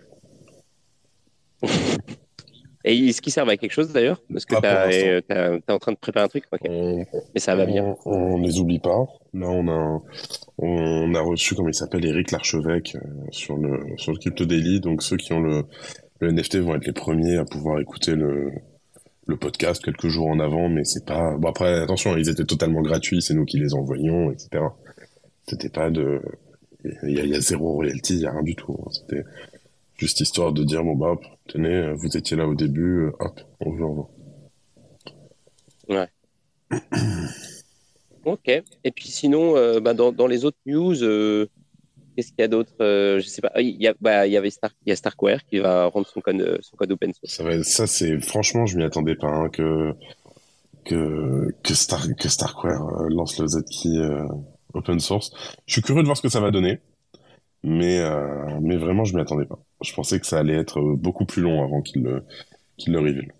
et est-ce qu'ils servent à quelque chose d'ailleurs? Parce que Pas pour t'as, l'instant. euh, t'as- t'es en train de préparer un truc, ok. On, Mais ça va venir. on, on les oublie pas. Là, on a, un- on a reçu, comment il s'appelle, Eric Larchevêque euh, sur le, sur le Crypto Daily. Donc, ceux qui ont le, le N F T vont être les premiers à pouvoir écouter le, le podcast quelques jours en avant, mais c'est pas. Bon, après, attention, ils étaient totalement gratuits, c'est nous qui les envoyions, et cetera. C'était pas de. Il y, a- il y a zéro royalty, il y a rien du tout. Hein. C'était juste histoire de dire bon, bah, hop, tenez, vous étiez là au début, euh, hop, on vous envoie. Ouais. Ok. Et puis sinon, euh, bah, dans, dans les autres news, euh, qu'est-ce qu'il y a d'autre? Euh, je sais pas. Ah, Il y a, bah, il y avait Star, il y a Starkware qui va rendre son code, euh, son code open source. Ça va, ça c'est franchement, je m'y attendais pas hein, que que que Star que Starkware euh, lance le Z-Key euh, open source. Je suis curieux de voir ce que ça va donner, mais euh, mais vraiment, je m'y attendais pas. Je pensais que ça allait être euh, beaucoup plus long avant qu'il le qu'il le reveal.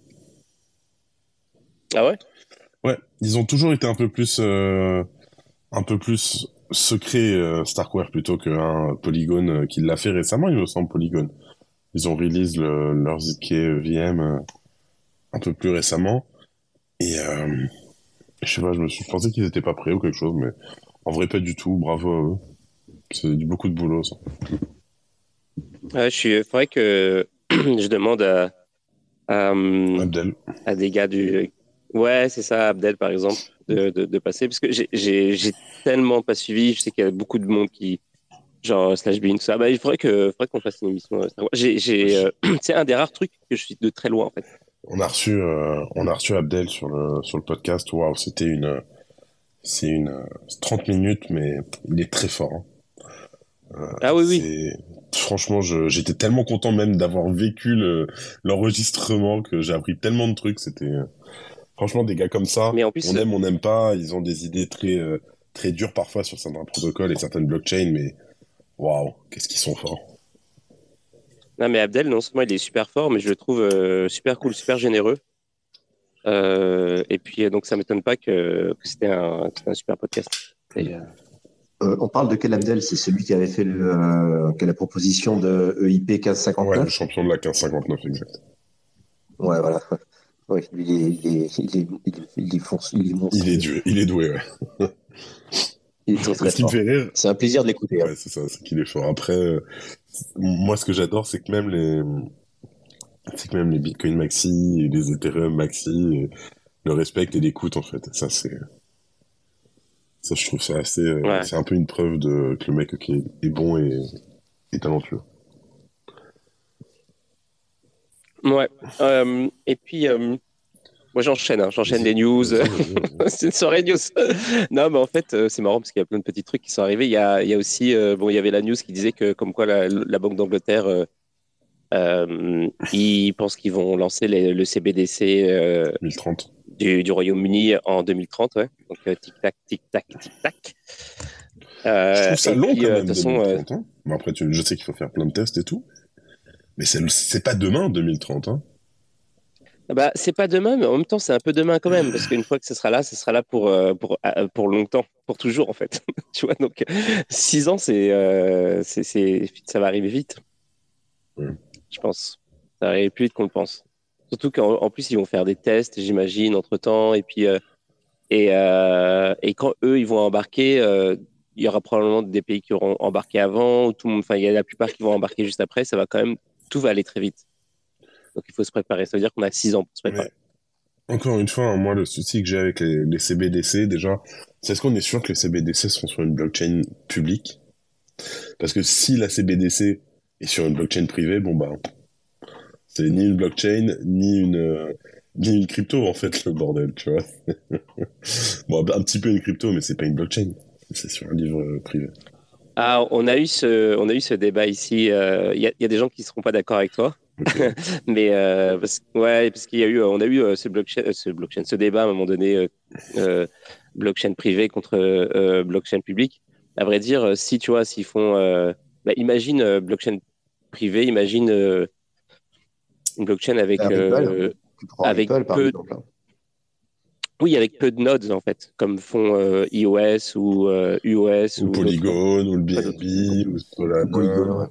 Ah ouais? Ouais, ils ont toujours été un peu plus euh, un peu plus secret euh, Starkware plutôt qu'un Polygon euh, qui l'a fait récemment, il me semble Polygon. Ils ont release le, leur Z K V M euh, un peu plus récemment et euh, je sais pas, je me suis je pensais qu'ils étaient pas prêts ou quelque chose, mais en vrai pas du tout. Bravo à eux. C'est du beaucoup de boulot ça. Ouais, je suis. Faudrait que je demande à, à, hum, Abdel. à des gars du. Ouais, c'est ça, Abdel par exemple, de, de, de passer parce que j'ai j'ai j'ai tellement pas suivi. Je sais qu'il y a beaucoup de monde qui genre Slash Bean tout ça. Bah il faudrait que faudrait qu'on fasse une émission. euh, Star Wars. J'ai j'ai euh, c'est un des rares trucs que je suis de très loin en fait. On a reçu euh, on a reçu Abdel sur le sur le podcast. Waouh, c'était une c'est une euh, trente minutes, mais il est très fort. Hein. Ah oui oui. C'est franchement, je, j'étais tellement content même d'avoir vécu le, l'enregistrement que j'ai appris tellement de trucs. C'était euh, franchement des gars comme ça. Mais en plus On aime, on n'aime pas. Ils ont des idées très euh, très dures parfois sur certains protocoles et certaines blockchains, mais waouh, qu'est-ce qu'ils sont forts. non mais Abdel non seulement il est super fort, mais je le trouve euh, super cool, super généreux. Euh, et puis euh, donc ça m'étonne pas que, que c'était un, que c'était un super podcast. Et, euh, Euh, on parle de quel Abdel? C'est celui qui avait fait le, euh, qui a la proposition de E I P Ouais, le mille cinq cent cinquante-neuf? champion de la quinze cinquante-neuf exact. Ouais, voilà. Oui, lui, il est, il est, il est, il est, il est fonce- il est Il est monstrueux. doué, il est doué. Ouais. Il est très, Et très ce qui me fait fort. rire, C'est un plaisir de l'écouter. Hein. ouais, c'est ça, c'est qu'il est fort. Après, euh, moi, ce que j'adore, c'est que même les, c'est que même les Bitcoin Maxi et les Ethereum Maxi, et le respect et l'écoute en fait. Ça, c'est Ça, je trouve ça assez. euh, Ouais. C'est un peu une preuve de que le mec ok, est bon et, et talentueux. Ouais. Euh, et puis, euh, moi, j'enchaîne, hein, j'enchaîne Vas-y, les news. vas-y, vas-y, vas-y. C'est une soirée news. Non, mais en fait, euh, c'est marrant parce qu'il y a plein de petits trucs qui sont arrivés. Il y a, il y a aussi, euh, bon, il y avait la news qui disait que, comme quoi, la, la Banque d'Angleterre, euh, euh, ils pensent qu'ils vont lancer les- le C B D C euh, mille trente. du, du Royaume-Uni en deux mille trente, ouais. Donc, euh, tic-tac, tic-tac, tic-tac. Je Euh, trouve ça et long puis, quand euh, de même, toute façon, euh, deux mille trente. Hein. Bon, après, tu- je sais qu'il faut faire plein de tests et tout. Mais c'est le- c'est pas demain, deux mille trente. Hein. bah, c'est pas demain, mais en même temps, c'est un peu demain quand même, parce qu'une fois que ce sera là, ce sera là pour, euh, pour, euh, pour longtemps, pour toujours, en fait. Tu vois, donc, six ans, c'est, euh, c'est, c'est, ça va arriver vite, Ouais. je pense. Ça va arriver plus vite qu'on le pense. Surtout qu'en en plus, ils vont faire des tests, j'imagine, entre-temps, et puis, euh, et, euh, et quand eux, ils vont embarquer, euh, il y aura probablement des pays qui auront embarqué avant, ou tout le monde, enfin, il y a la plupart qui vont embarquer juste après, ça va quand même, tout va aller très vite. Donc, il faut se préparer. Ça veut dire qu'on a six ans pour se préparer. Mais encore une fois, hein, moi, le souci que j'ai avec les, les C B D C, déjà, c'est est-ce qu'on est sûr que les C B D C seront sur une blockchain publique? Parce que si la C B D C est sur une blockchain privée, bon, bah, c'est ni une blockchain, ni une, euh, ni une crypto, en fait, le bordel, tu vois. Bon, un petit peu une crypto, mais c'est pas une blockchain. C'est sur un livre euh, privé. Ah, on a eu ce, on a eu ce débat ici. euh, Il y, a, il y a des gens qui ne seront pas d'accord avec toi, Ok. mais euh, parce, ouais, parce qu'il y a eu, on a eu euh, ce blockchain, euh, ce blockchain, ce débat à un moment donné, euh, euh, blockchain privé contre euh, blockchain public. À vrai dire, euh, si tu vois, s'ils font, euh, bah, imagine euh, blockchain privé, imagine euh, une blockchain avec Ripple, euh, tu prends avec Ripple par peu, exemple. Hein. oui, avec peu de nodes en fait, comme font euh, iOS ou euh, U O S Ou ou d'autres. Polygon, ou le Pas d'autres. B N B, ou Polygon, Solana. ouais.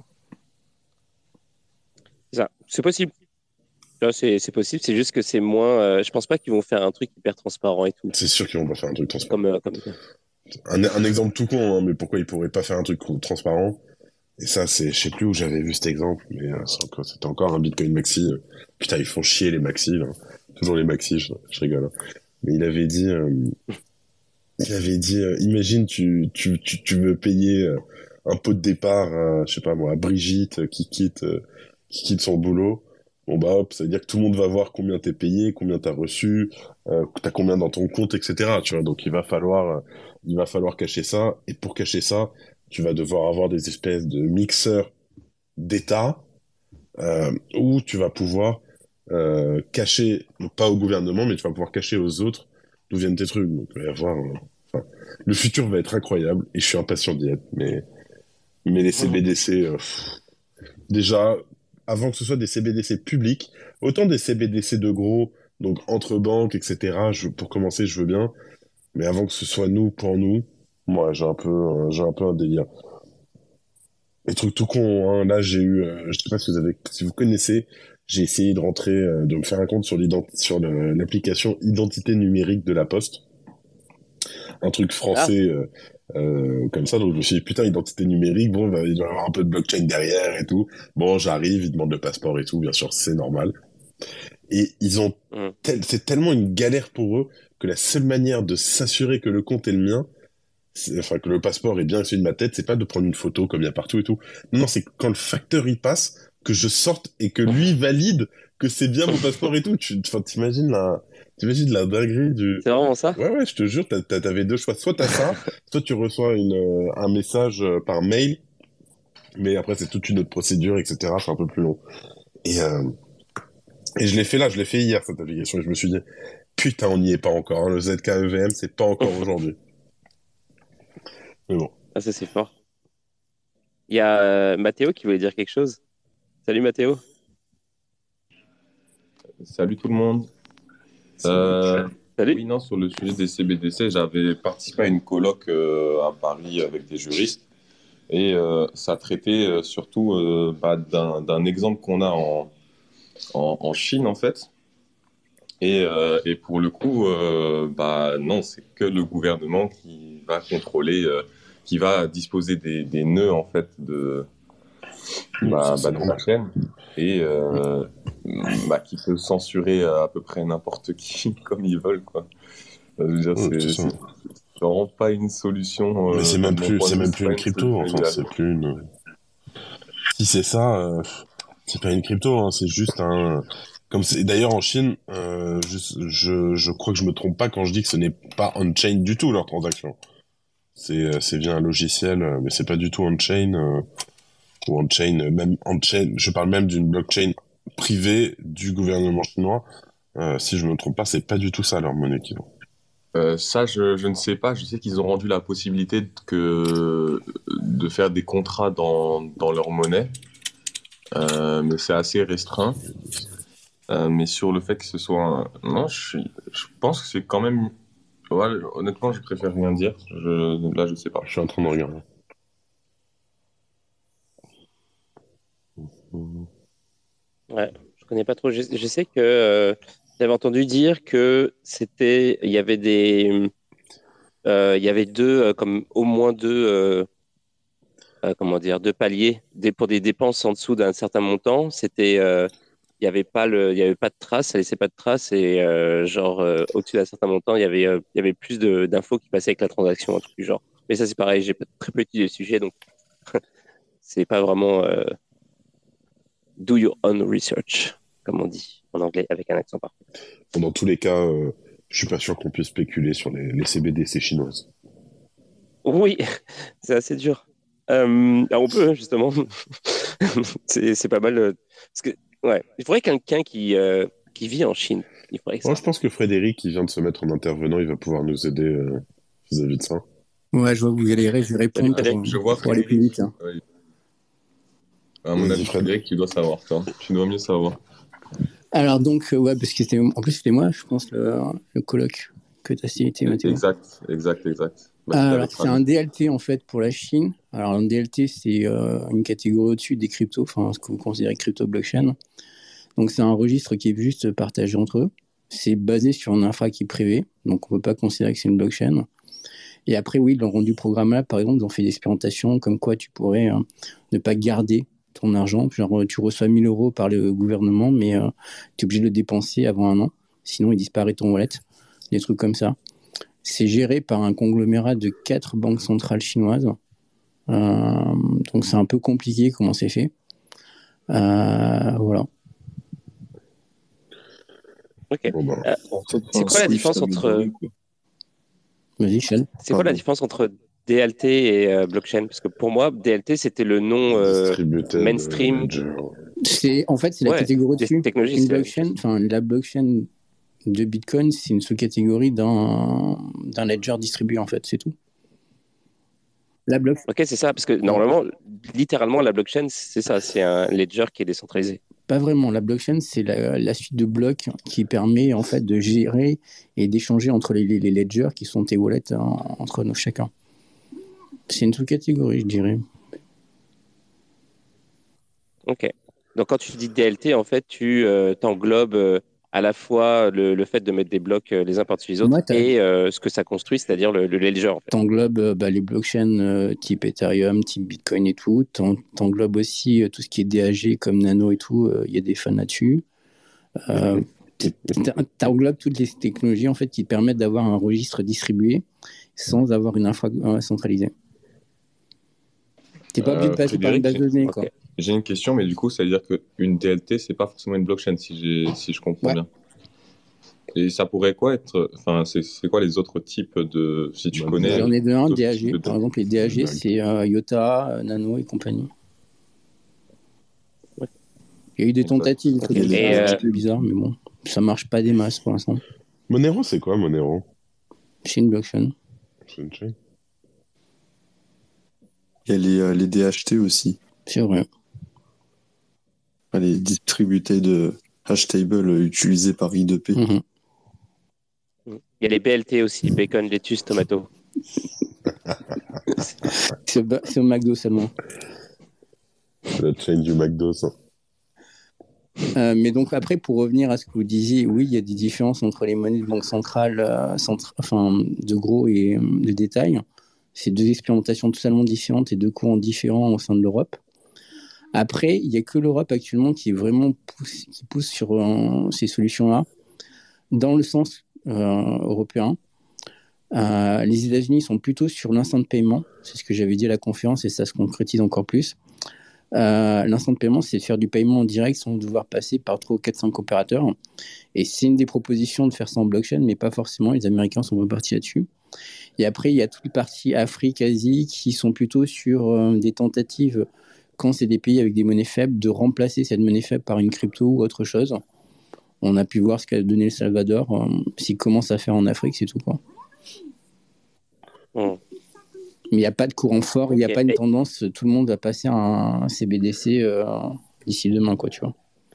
C'est ça, c'est possible. Tu vois, C'est c'est possible, c'est juste que c'est moins. Euh, je pense pas qu'ils vont faire un truc hyper transparent et tout, C'est sûr qu'ils vont pas faire un truc transparent. comme euh, comme. Un, un exemple tout con, hein, mais pourquoi ils pourraient pas faire un truc transparent? Et ça, c'est, je sais plus où j'avais vu cet exemple, mais euh, c'est encore- c'était encore un Bitcoin Maxi. euh. Putain, ils font chier les Maxi, là. Toujours les Maxi, je, je rigole. Hein. Mais il avait dit, euh, il avait dit, euh, imagine, tu, tu, tu, tu veux payer euh, un pot de départ, à, je sais pas moi, à Brigitte euh, qui quitte, euh, qui quitte son boulot. Bon bah hop, ça veut dire que tout le monde va voir combien t'es payé, combien t'as reçu, euh, t'as combien dans ton compte, et cetera. Tu vois, donc il va falloir, euh, il va falloir cacher ça. Et pour cacher ça, tu vas devoir avoir des espèces de mixeurs d'État euh, où tu vas pouvoir euh, cacher, donc pas au gouvernement, mais tu vas pouvoir cacher aux autres d'où viennent tes trucs. Donc il va y avoir, euh, enfin, le futur va être incroyable et je suis impatient d'y être. Mais, mais les C B D C, euh, pff, déjà, avant que ce soit des C B D C publics, autant des C B D C de gros, donc entre banques, et cetera. Je, pour commencer, je veux bien, mais avant que ce soit nous pour nous, moi j'ai un peu, euh, j'ai un peu un délire. Les trucs tout con, hein. Là, j'ai eu, euh, je sais pas si vous avez, si vous connaissez, j'ai essayé de rentrer, euh, de me faire un compte sur l'ident- sur le- l'application identité numérique de la Poste. Un truc Ah, français, euh, euh, comme ça. Donc, je me suis dit, putain, identité numérique, bon, bah, il doit y avoir un peu de blockchain derrière et tout. Bon, j'arrive, ils demandent le passeport et tout, bien sûr, c'est normal. Et ils ont, hum. tel- c'est tellement une galère pour eux que la seule manière de s'assurer que le compte est le mien, c'est- enfin que le passeport est bien celui de ma tête, c'est pas de prendre une photo comme il y a partout et tout. Non, c'est que quand le facteur y passe, que je sorte et que lui valide que c'est bien mon passeport et tout. Tu, enfin, t'imagines la, t'imagines la dinguerie du. C'est vraiment ça? Ouais, ouais, je te jure, t'as- t'as- t'avais deux choix. Soit t'as ça, soit tu reçois une, euh, un message euh, par mail, mais après c'est toute une autre procédure, et cetera. C'est un peu plus long. Et, euh, et je l'ai fait là, je l'ai fait hier cette application et je me suis dit, putain, on n'y est pas encore. Hein. Le Z K E V M, c'est pas encore aujourd'hui. Mais bon. Ah, ça c'est fort. Il y a euh, Mathéo qui voulait dire quelque chose. Salut Mathéo. Salut tout le monde. c'est- Euh, Salut. oui, non, sur le sujet des C B D C, j'avais participé à une colloque euh, à Paris avec des juristes et euh, ça traitait euh, surtout euh, bah, d'un d'un exemple qu'on a en, en, en Chine en fait. Et, euh, et pour le coup, euh, bah, non, c'est que le gouvernement qui va contrôler, euh, qui va disposer des, des nœuds en fait de, bah, c'est bah, de la normal. chaîne et euh, bah, qui peut censurer à, à peu près n'importe qui comme ils veulent quoi. Euh, je veux dire, Ouais, c'est, c'est ça. c'est- vraiment pas une solution. Mais Euh, c'est même de mon plus, point c'est de vue, même c'est plus pas une une crypto. solution Enfin, idéale. c'est plus une. Si c'est ça, euh, c'est pas une crypto. Hein, c'est juste un. Comme c'est d'ailleurs en Chine, euh, je, je, je crois que je me trompe pas quand je dis que ce n'est pas on-chain du tout leur transaction. C'est, euh, c'est via un logiciel, euh, mais c'est pas du tout on-chain euh, ou on-chain, euh, même on-chain. Je parle même d'une blockchain privée du gouvernement chinois. Euh, si je me trompe pas, c'est pas du tout ça leur monnaie qu'ils ont. Euh, ça, je, je ne sais pas. Je sais qu'ils ont rendu la possibilité de, que, de faire des contrats dans, dans leur monnaie, euh, mais c'est assez restreint. Euh, mais sur le fait que ce soit un... Non, je, suis- je pense que c'est quand même... Ouais, honnêtement, je préfère rien dire. Je, là, je sais pas. Je suis en train de regarder. Ouais, je connais pas trop. Je, je sais que euh, j'avais entendu dire que c'était, il y avait des, euh, il y avait deux, euh, comme au moins deux, euh, euh, comment dire, deux paliers des, pour des dépenses en dessous d'un certain montant. C'était, euh, il y avait pas le, il y avait pas de traces, ça laissait pas de traces et euh, genre euh, au-dessus d'un certain montant, il y avait, euh, il y avait plus de d'infos qui passaient avec la transaction, un truc du genre. Mais ça c'est pareil, j'ai pas- très peu étudié le sujet, donc c'est pas vraiment euh, do your own research, comme on dit en anglais avec un accent parfait. Bon, dans tous les cas, euh, je suis pas sûr qu'on puisse spéculer sur les, les C B D C chinoises. Oui, c'est assez dur. Euh, alors on peut, hein, justement. c'est, c'est pas mal. euh, parce que, ouais, il faudrait quelqu'un qui, euh, qui vit en Chine. Il faudrait Moi, ça. je pense que Frédéric, qui vient de se mettre en intervenant, il va pouvoir nous aider euh, vis-à-vis de ça. Ouais, je vois que vous galérez, je vais Salut répondre Frédéric. pour, Je vois pour aller plus Frédéric. vite. Hein. Oui. À mon Vas-y, avis, Fred. Frédéric, tu dois savoir, toi. Tu dois mieux savoir. Alors donc, euh, ouais, parce que c'était, en plus c'était moi, je pense, le, le colloque que tu as cité, Mathéo. Exact, exact, exact. Bah, Ah, c'était alors avec c'est un Rami. D L T en fait pour la Chine. Alors un D L T c'est euh, une catégorie au-dessus des cryptos, enfin ce que vous considérez crypto blockchain. Donc c'est un registre qui est juste partagé entre eux. C'est basé sur une infra qui est privée, donc on ne peut pas considérer que c'est une blockchain. Et après oui, ils l'ont rendu programmable, par exemple, ils ont fait des expérimentations comme quoi tu pourrais euh, ne pas garder ton argent, genre tu reçois mille euros par le gouvernement, mais euh, tu es obligé de le dépenser avant un an, sinon il disparaît ton wallet, des trucs comme ça. C'est géré par un conglomérat de quatre banques centrales chinoises. Euh, donc c'est un peu compliqué comment c'est fait. Euh, voilà. Ok. Bon, bah, Euh, En fait, c'est un quoi la Swift différence entre, amélioré, quoi. Vas-y, Shell. c'est quoi la Pardon. différence entre D L T et euh, blockchain? Parce que pour moi, D L T c'était le nom euh, Distributed euh, mainstream. Ledger. C'est, en fait, c'est la Ouais, catégorie des au-dessus. technologies, Une c'est la même chose. blockchain, enfin la blockchain de Bitcoin, c'est une sous-catégorie d'un, d'un ledger distribué, en fait, c'est tout. La block, Ok, c'est ça, parce que normalement, littéralement, la blockchain, c'est ça, c'est un ledger qui est décentralisé. pas vraiment. La blockchain, c'est la, la suite de blocs qui permet en fait de gérer et d'échanger entre les, les, les ledgers qui sont tes wallets en- entre nous chacun. C'est une sous-catégorie, je dirais. Ok. Donc quand tu dis D L T, en fait, tu euh, t'englobes euh, à la fois le, le fait de mettre des blocs euh, les uns par-dessus les autres Moi, t'as- et euh, ce que ça construit, c'est-à-dire le, le ledger, en fait. T'englobes euh, bah, les blockchains euh, type Ethereum, type Bitcoin et tout. T'en- T'englobes aussi euh, tout ce qui est D A G comme Nano et tout. Il y a des fans là-dessus. Euh, t- t- T'englobes toutes les technologies en fait qui te permettent d'avoir un registre distribué sans avoir une infra euh, centralisée. T'es pas obligé de Euh, passer par une Frédéric, base de données, Ok. quoi. j'ai une question, mais du coup, ça veut dire qu'une D L T, c'est pas forcément une blockchain, si, j'ai, si je comprends Ouais. bien. Et ça pourrait quoi être... Enfin, c'est, c'est quoi les autres types de... Si tu Bah, connais... J'en ai deux, un, d'autres D A types G. de Par D L T. exemple, les D A G, Dag. c'est euh, IOTA, euh, Nano et compagnie. Ouais. Il y a eu des Exact. tentatives, des Ok. trucs Et les Et euh, bizarres, bizarres, mais bon, ça marche pas des masses pour l'instant. Monero, c'est quoi, Monero? C'est une blockchain. C'est une chaîne. Il y a les, euh, les D H T aussi. C'est vrai. Enfin, les distributed de hashtable euh, utilisés par I deux P. Mhm. il y a les B L T aussi, bacon, lettuce, tomato. C'est au, ba- c'est au McDo seulement. C'est la chaîne du McDo, ça. Euh, mais donc après, pour revenir à ce que vous disiez, oui, il y a des différences entre les monnaies de banque centrale, euh, centra- enfin de gros et euh, de détail. C'est deux expérimentations totalement différentes et deux courants différents au sein de l'Europe. Après, il n'y a que l'Europe actuellement qui est vraiment pousse, qui pousse sur euh, ces solutions-là, dans le sens euh, européen. Euh, les États-Unis sont plutôt sur l'instant de paiement. C'est ce que j'avais dit à la conférence et ça se concrétise encore plus. Euh, l'instant de paiement, c'est de faire du paiement en direct sans devoir passer par trois ou quatre cinq opérateurs. Et c'est une des propositions de faire ça en blockchain, mais pas forcément. Les Américains sont repartis là-dessus. Et après, il y a toutes les parties Afrique, Asie qui sont plutôt sur euh, des tentatives, quand c'est des pays avec des monnaies faibles, de remplacer cette monnaie faible par une crypto ou autre chose. On a pu voir ce qu'a donné le Salvador. Euh, s'il commence à faire en Afrique, c'est tout, quoi. Mm. Mais il n'y a pas de courant fort, il n'y a Ok. pas une Et, tendance, tout le monde va passer à un C B D C euh, d'ici demain, quoi, tu vois.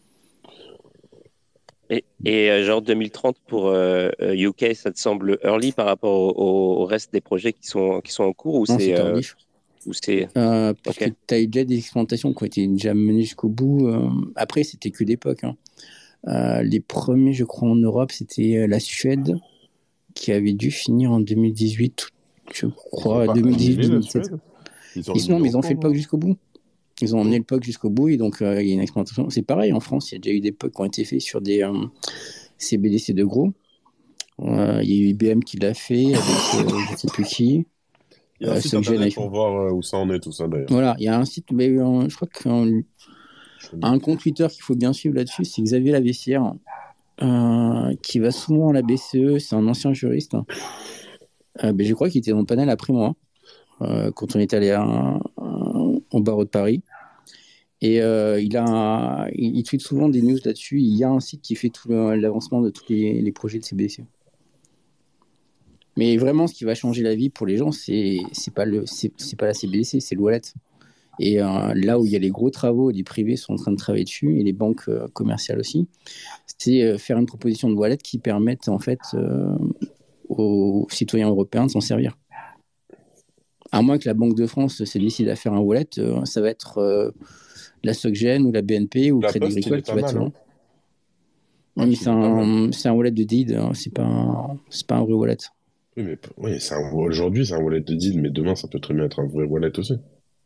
et, et, euh, genre deux mille trente pour euh, euh, U K, ça te semble early par rapport au, au- au reste des projets qui sont, qui sont en cours ou Non, c'est c'est euh, tardif. ou c'est Euh, parce ok. que tu as déjà des expérimentations qui ont été déjà menées jusqu'au bout. euh. Après, c'était que d'époque. Hein. Euh, les premiers, je crois, en Europe, c'était euh, la Suède, qui avait dû finir en deux mille dix-huit, je Ils ont crois, pas annulé la deux mille dix-huit-deux mille dix-sept. Suède? Ils ont Ils sont, annulé mais ils ont encore, fait le P O C hein. jusqu'au bout. Ils ont emmené Hmm. le P O C jusqu'au bout, et donc euh, il y a une expérimentation. C'est pareil en France, il y a déjà eu des P O C qui ont été faits sur des euh, C B D C de gros. Euh, Il y a eu I B M qui l'a fait avec euh, je sais plus qui. Il y a un Euh, site Soggen internet avec... pour voir euh, où ça en est, tout ça, d'ailleurs. Voilà, il y a un site, mais, euh, je crois qu'un Je connais. un compte Twitter qu'il faut bien suivre là-dessus, c'est Xavier Lavessière, euh, qui va souvent à la B C E, c'est un ancien juriste. Euh, ben, je crois qu'il était dans le panel après moi, euh, quand on est allé à, à- au barreau de Paris. Et euh, il, a, il, il tweet souvent des news là-dessus. Il y a un site qui fait tout le- l'avancement de tous les, les projets de C B D C. Mais vraiment, ce qui va changer la vie pour les gens, c'est c'est pas le c'est c'est pas la C B D C, c'est le wallet. Et euh, là où il y a les gros travaux, les privés sont en train de travailler dessus, et les banques euh, commerciales aussi, c'est euh, faire une proposition de wallet qui permette en fait euh, aux citoyens européens de s'en servir. À moins que la Banque de France se décide à faire un wallet, euh, ça va être euh, la SocGen ou la B N P ou La Crédit Poste, il est Agricole qui pas va mal, te... hein. Non, mais Poste, c'est il est pas mal. un, c'est un wallet de deed, hein, c'est pas un, c'est pas un vrai wallet. Oui, mais oui, c'est un- aujourd'hui, c'est un wallet de deal, mais demain, ça peut très bien être un vrai wallet aussi.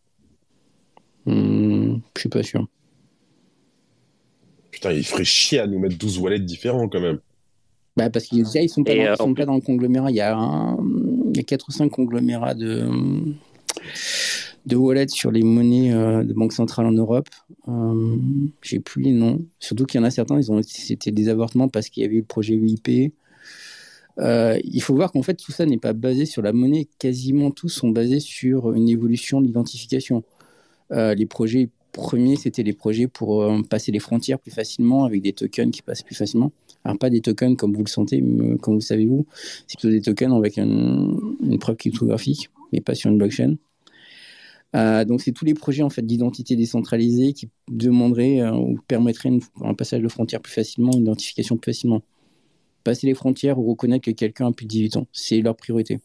Hum, je suis pas sûr. Putain, il ferait chier à nous mettre douze wallets différents, quand même. Bah, parce qu'ils déjà, ils sont pas Et dans, euh, ils en sont plus, pas dans le conglomérat. Il y a un, il y a quatre ou cinq conglomérats de, de wallets sur les monnaies euh, de banque centrale en Europe. Euh, j'ai plus les noms. Surtout qu'il y en a certains, ils ont, c'était des avortements parce qu'il y avait eu le projet U I P. Euh, il faut voir qu'en fait, tout ça n'est pas basé sur la monnaie. Quasiment tous sont basés sur une évolution de l'identification. Euh, les projets premiers, c'était les projets pour euh, passer les frontières plus facilement avec des tokens qui passent plus facilement. Alors, pas des tokens comme vous le sentez, mais, comme vous le savez vous, c'est plutôt des tokens avec un, une preuve cryptographique, mais pas sur une blockchain. Euh, donc, c'est tous les projets en fait, d'identité décentralisée qui demanderaient euh, ou permettraient une, un passage de frontières plus facilement, une identification plus facilement. Passer les frontières ou reconnaître que quelqu'un a plus de dix-huit ans, c'est leur priorité.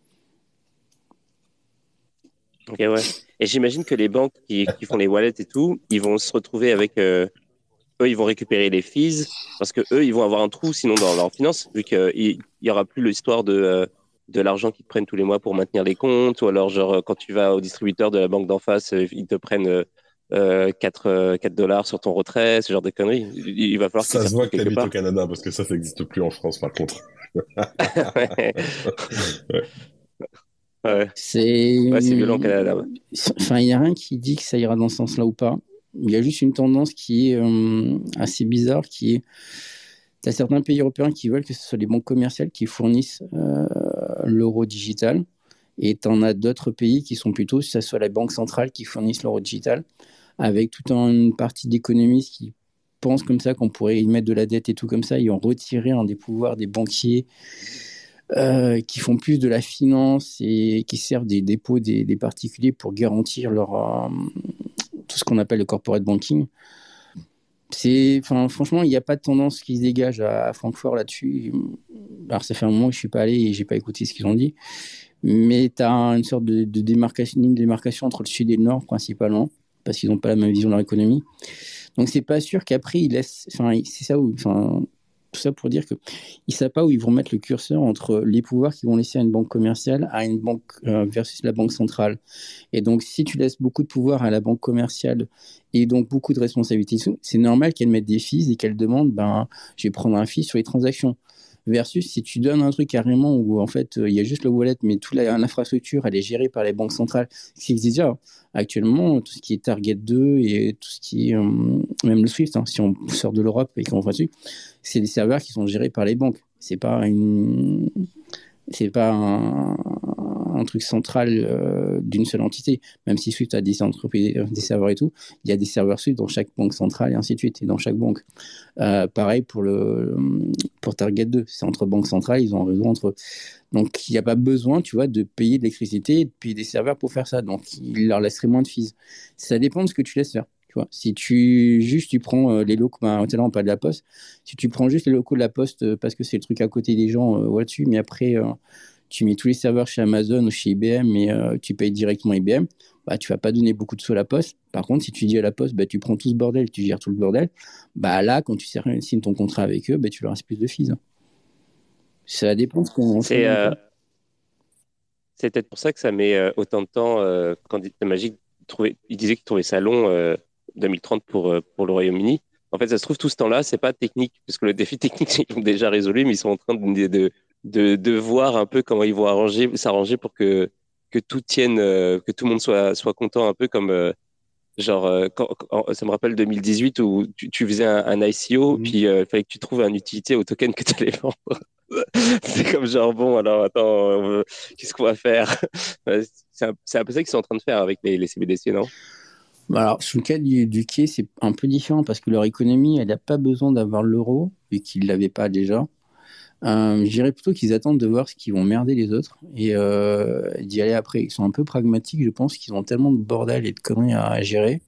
ok, ouais. Et j'imagine que les banques qui, qui font les wallets et tout, ils vont se retrouver avec euh, eux, ils vont récupérer les fees parce que eux, ils vont avoir un trou sinon dans leurs finances, vu qu'il il y aura plus l'histoire de euh, de l'argent qu'ils te prennent tous les mois pour maintenir les comptes, ou alors genre euh, quand tu vas au distributeur de la banque d'en face, euh, ils te prennent euh, euh, quatre, euh, quatre dollars sur ton retrait, ce genre de conneries. Il, il va falloir qu'ils Ça s'y se voit retrouvent que quelque t'habites au part. Canada, parce que ça, ça n'existe plus en France, par contre. Ouais, Ouais. ouais, C'est, ouais, c'est violent au Canada. Ouais. enfin, il n'y a rien qui dit que ça ira dans ce sens-là ou pas. Il y a juste une tendance qui est euh, assez bizarre, qui est, tu as certains pays européens qui veulent que ce soit les banques commerciales qui fournissent euh, l'euro digital, et tu en as d'autres pays qui sont plutôt, que ce soit la banque centrale qui fournisse l'euro digital, avec toute une partie d'économistes qui pensent comme ça qu'on pourrait y mettre de la dette et tout comme ça, et en retirer un des pouvoirs des banquiers euh, qui font plus de la finance et qui servent des dépôts des, des particuliers pour garantir leur, euh, tout ce qu'on appelle le corporate banking. C'est, enfin, franchement, il n'y a pas de tendance qui se dégage à, à Francfort là-dessus. Alors, ça fait un moment que je ne suis pas allé et je n'ai pas écouté ce qu'ils ont dit. Mais tu as une sorte de, de démarcation, une démarcation entre le sud et le nord, principalement, parce qu'ils n'ont pas la même vision de leur économie. Donc, c'est pas sûr qu'après, ils laissent. Enfin, c'est ça où. Enfin, tout ça pour dire qu'ils ne savent pas où ils vont mettre le curseur entre les pouvoirs qu'ils vont laisser à une banque commerciale à une banque euh, versus la banque centrale. Et donc, si tu laisses beaucoup de pouvoir à la banque commerciale et donc beaucoup de responsabilités, c'est normal qu'elle mette des fees et qu'elle demande, ben, je vais prendre un fee sur les transactions. Versus si tu donnes un truc carrément où en fait il y a juste le wallet, mais toute la- l'infrastructure elle est gérée par les banques centrales, ce qui existe déjà. Actuellement, tout ce qui est Target deux et tout ce qui est euh, même le Swift, hein, si on sort de l'Europe et qu'on va dessus, c'est des serveurs qui sont gérés par les banques. C'est pas une, c'est pas un, un truc central euh, d'une seule entité. Même si Swift a des entreprises, des serveurs et tout, il y a des serveurs Swift dans chaque banque centrale et ainsi de suite, et dans chaque banque. Euh, pareil pour le pour Target deux, c'est entre banques centrales, ils ont un réseau entre eux. Donc il n'y a pas besoin, tu vois, de payer de l'électricité et de payer des serveurs pour faire ça. Donc il leur laisserait moins de fees. Ça dépend de ce que tu laisses faire. Tu vois, si tu juste tu prends euh, les locaux, ben, là on parle de la Poste. Si tu prends juste les locaux de la Poste euh, parce que c'est le truc à côté des gens, euh, ouais, dessus, mais après euh, tu mets tous les serveurs chez Amazon ou chez I B M et euh, tu payes directement I B M, bah tu vas pas donner beaucoup de sous à la Poste. Par contre, si tu dis à la Poste, bah tu prends tout ce bordel, tu gères tout le bordel, bah là quand tu signes ton contrat avec eux, bah tu leur as plus de fees. Ça dépend de ce qu'on C'est euh, c'est peut-être pour ça que ça met euh, autant de temps euh, quand Magic trouvait, il disait qu'il trouvait ça long euh, deux mille trente pour, euh, pour le Royaume-Uni. En fait, ça se trouve tout ce temps-là, c'est pas technique, parce que le défi technique, ils l'ont déjà résolu, mais ils sont en train de, de, de, de voir un peu comment ils vont arranger, s'arranger pour que, que tout tienne, euh, que tout le monde soit, soit content, un peu comme euh, genre, euh, quand, quand- ça me rappelle deux mille dix-huit où tu, tu faisais un, un I C O, Mhm. puis euh, il fallait que tu trouves une utilité au token que tu allais vendre. C'est comme genre, bon, alors attends, euh, qu'est-ce qu'on va faire? Ouais, C'est un, c'est un peu ça qu'ils sont en train de faire avec les, les C B D C, non? Alors, sous le cas du, du quai, c'est un peu différent parce que leur économie, elle n'a pas besoin d'avoir l'euro, vu qu'ils ne l'avaient pas déjà. Euh, je dirais plutôt qu'ils attendent de voir ce qu'ils vont merder les autres et euh, d'y aller après. Ils sont un peu pragmatiques, je pense qu'ils ont tellement de bordel et de conneries à, à gérer.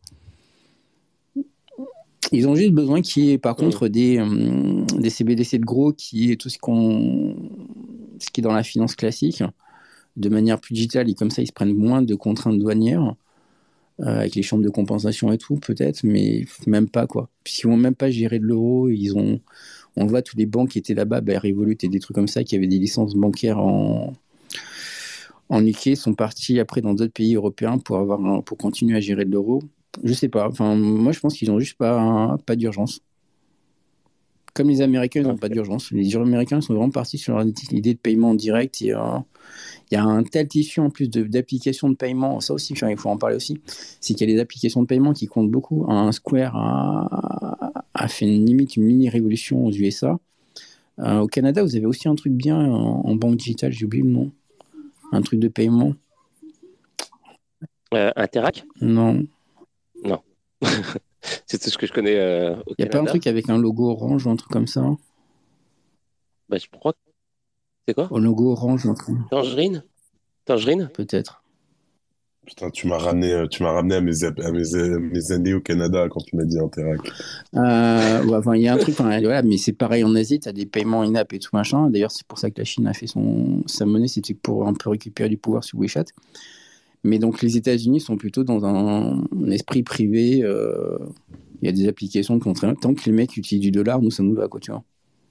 Ils ont juste besoin qu'il y ait par Mm. contre des, euh, des C B D C de gros qui est tout ce, qu'on, ce qui est dans la finance classique, de manière plus digitale, et comme ça ils se prennent moins de contraintes douanières. Euh, avec les chambres de compensation et tout, peut-être, mais même pas, quoi. Puis ils vont même pas gérer de l'euro, ils ont, on voit tous les banques qui étaient là-bas, bah, Revolut et des trucs comme ça, qui avaient des licences bancaires en, en U K, sont partis après dans d'autres pays européens pour avoir, un- pour continuer à gérer de l'euro. Je sais pas, enfin, moi je pense qu'ils ont juste pas, pas d'urgence. Comme les Américains, ils n'ont Ok. pas d'urgence. Les Américains sont vraiment partis sur leur idée de paiement en direct. Et, euh, il y a un tel tissu en plus de, d'applications de paiement. Ça aussi, enfin, il faut en parler aussi. C'est qu'il y a des applications de paiement qui comptent beaucoup. Un Square a, a fait une limite une mini révolution aux U S A. Euh, au Canada, vous avez aussi un truc bien en, en banque digitale, j'ai oublié le nom. Un truc de paiement. Euh, Interac? Non. Non. C'est tout ce que je connais euh, au Il n'y a pas un Canada. truc avec un logo orange ou un truc comme ça? Bah, je crois que c'est quoi? Un logo orange, un truc. Tangerine? Tangerine? Peut-être. Putain, tu m'as ramené, euh, tu m'as ramené à mes, à mes, à mes années au Canada quand tu m'as dit Interac. Euh, ouais, enfin, il y a un truc, enfin, voilà, mais c'est pareil en Asie, tu as des paiements in-app et tout machin. D'ailleurs, c'est pour ça que la Chine a fait son, sa monnaie, c'était pour un peu récupérer du pouvoir sur WeChat. Mais donc, les États-Unis sont plutôt dans un, un esprit privé. euh, Il y a des applications qui ont très... Tant que les mecs utilisent du dollar, nous, ça nous va, quoi, tu vois.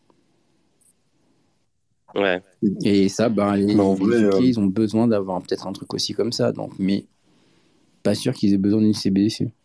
Ouais. Et ça, ben, les, Mais en les vrai, U K, euh, ils ont besoin d'avoir peut-être un truc aussi comme ça. Donc, mais pas sûr qu'ils aient besoin d'une C B D C.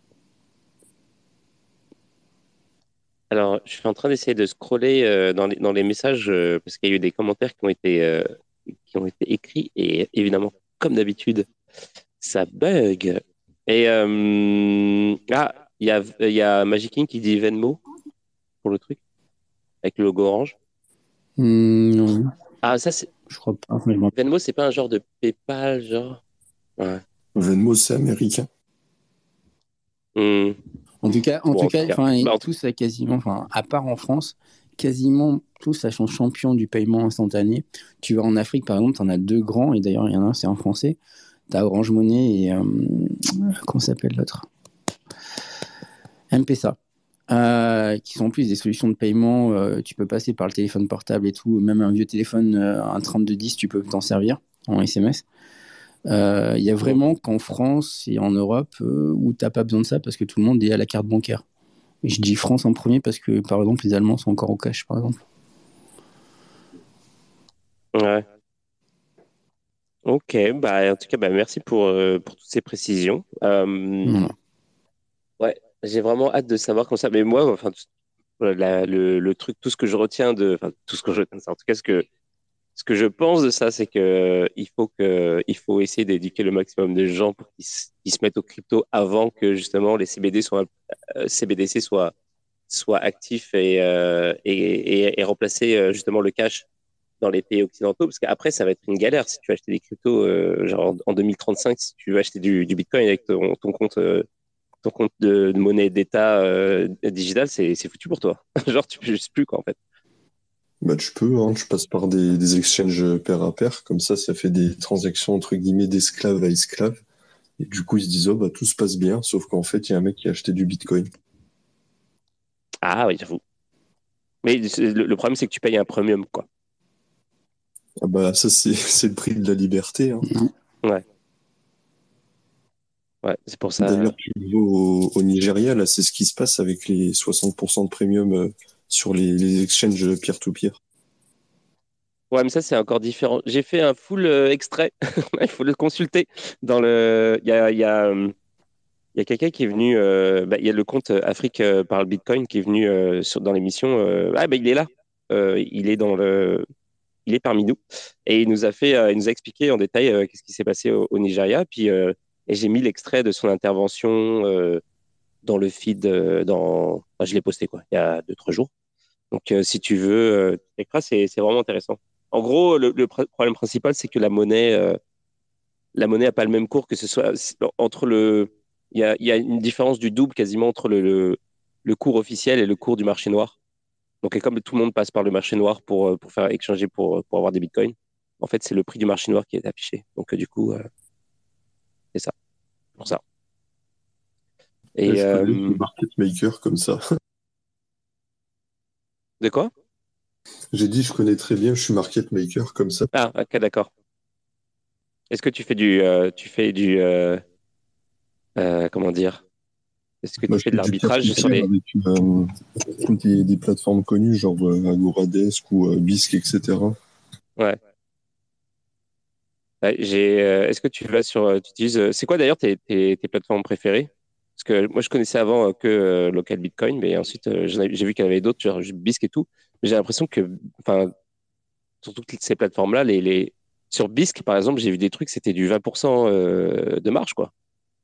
Alors, je suis en train d'essayer de scroller euh, dans les, dans les messages euh, parce qu'il y a eu des commentaires qui ont été, euh, qui ont été écrits et évidemment, comme d'habitude, ça bug. Et euh, ah, il y a, il y a Magic King qui dit Venmo pour le truc avec le logo orange. Hmm, non, Ah, ça, c'est je crois pas. Enfin, je m'en- Venmo, c'est pas un genre de PayPal, genre. Ouais. Venmo, c'est américain. Hmm. En tout cas, en Bon, tout en tout cas, cas. enfin, Bah, en tout- tous à quasiment, enfin, à part en France, quasiment tous ça sont champions du paiement instantané. Tu vas en Afrique, par exemple, tu en as deux grands, et d'ailleurs, il y en a un, c'est en français. Tu as Orange Money et. Euh, comment s'appelle l'autre? M-Pesa. Euh, qui sont en plus des solutions de paiement. Euh, tu peux passer par le téléphone portable et tout. Même un vieux téléphone, euh, un trente-deux dix, tu peux t'en servir en S M S. Il euh, y a vraiment qu'en France et en Europe euh, où tu n'as pas besoin de ça parce que tout le monde est à la carte bancaire. Et je dis France en premier parce que, par exemple, les Allemands sont encore au cash, par exemple. Ouais. Ok, bah, en tout cas, bah, merci pour, euh, pour toutes ces précisions. Euh, Voilà. ouais, j'ai vraiment hâte de savoir comment ça. Mais moi, enfin, Voilà, la- le, le truc, tout ce que je retiens de, enfin, tout ce que je retiens, en tout cas, ce que, ce que je pense de ça, c'est que euh, il faut que, il faut essayer d'éduquer le maximum de gens pour qu'ils se, qu'ils se mettent au crypto avant que justement les C B D soient, euh, C B D C soient, soient actifs et, euh, et, et, et remplacer euh, justement le cash dans les pays occidentaux, parce qu'après, ça va être une galère si tu veux acheter des cryptos, euh, genre en, en deux mille trente-cinq, si tu veux acheter du, du Bitcoin avec ton, ton compte, euh, ton compte de, de monnaie d'État euh, digital, c'est, c'est foutu pour toi. Genre, tu peux juste plus, quoi, en fait. Bah, tu peux, hein, tu passes par des, des exchanges pair à pair, comme ça, ça fait des transactions entre guillemets d'esclave à esclave. Et du coup, ils se disent, oh, bah, tout se passe bien, sauf qu'en fait, il y a un mec qui a acheté du Bitcoin. Ah oui, j'avoue. Mais le, le problème, c'est que tu payes un premium, quoi. Ah bah, ça, c'est, c'est le prix de la liberté, hein. Ouais. Ouais, c'est pour ça. D'ailleurs, tu le vois au, au Nigeria, là, c'est ce qui se passe avec les soixante pour cent de premium euh, sur les, les exchanges peer-to-peer. Ouais, mais ça, c'est encore différent. J'ai fait un full euh, extrait. Il faut le consulter. Dans le... Il y a, il y a, hum, il y a quelqu'un qui est venu. Euh, bah, il y a le compte euh, Afrique euh, par le Bitcoin qui est venu euh, sur, dans l'émission. Euh, ah, bah, il est là. Euh, il est dans le. Il est parmi nous. Et il nous a fait, euh, il nous a expliqué en détail euh, qu'est-ce qui s'est passé au, au Nigeria. Puis, euh, et j'ai mis l'extrait de son intervention euh, dans le feed. Euh, dans... Enfin, je l'ai posté, quoi, il y a deux, trois jours. Donc, euh, si tu veux, euh, Tekra, c'est c'est vraiment intéressant. En gros, le, le pr- problème principal, c'est que la monnaie, euh, la monnaie a pas le même cours que ce soit c'est- entre le. Il y a, il y a une différence du double quasiment entre le, le, le cours officiel et le cours du marché noir. Donc, et comme tout le monde passe par le marché noir pour, euh, pour faire échanger pour, pour avoir des bitcoins, en fait, c'est le prix du marché noir qui est affiché. Donc, euh, du coup, euh, c'est ça, pour ça. Ouais, Et je connais euh, le market maker comme ça. de quoi? J'ai dit, je connais très bien, je suis market maker comme ça. Ah, ok, d'accord. Est-ce que tu fais du, euh, tu fais du, euh, euh, comment dire? Est-ce que Bah, tu je fais de fais du l'arbitrage sur peer-to-peer les. avec euh, des, des plateformes connues, genre euh, Agoradesk ou euh, Bisq, et cetera. Ouais. Ouais, j'ai. euh, Est-ce que tu vas sur, euh, tu utilises. euh, C'est quoi d'ailleurs tes, tes, tes plateformes préférées? Parce que moi je connaissais avant euh, que euh, Local Bitcoin, mais ensuite euh, j'en ai- j'ai vu qu'il y en avait d'autres, genre Bisq et tout. Mais j'ai l'impression que, enfin, sur toutes ces plateformes-là, les, les... sur Bisq par exemple, j'ai vu des trucs, c'était du vingt pour cent euh, de marge, quoi.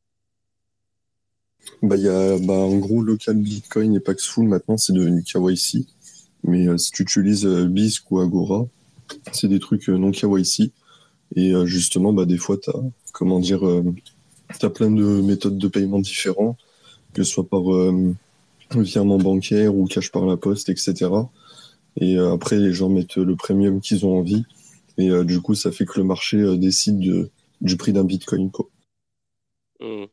Bah, il y a, bah, en gros, Local Bitcoin et Paxful, maintenant, c'est devenu K Y C. Mais euh, si tu utilises euh, Bisq ou Agora, c'est des trucs euh, non K Y C. Et euh, justement, bah, des fois, t'as, comment dire, euh, t'as plein de méthodes de paiement différents, que ce soit par euh, virement bancaire ou cash par la poste, et cetera. Et euh, après, les gens mettent le premium qu'ils ont envie. Et euh, du coup, ça fait que le marché euh, décide de, du prix d'un Bitcoin, quoi. Hmm.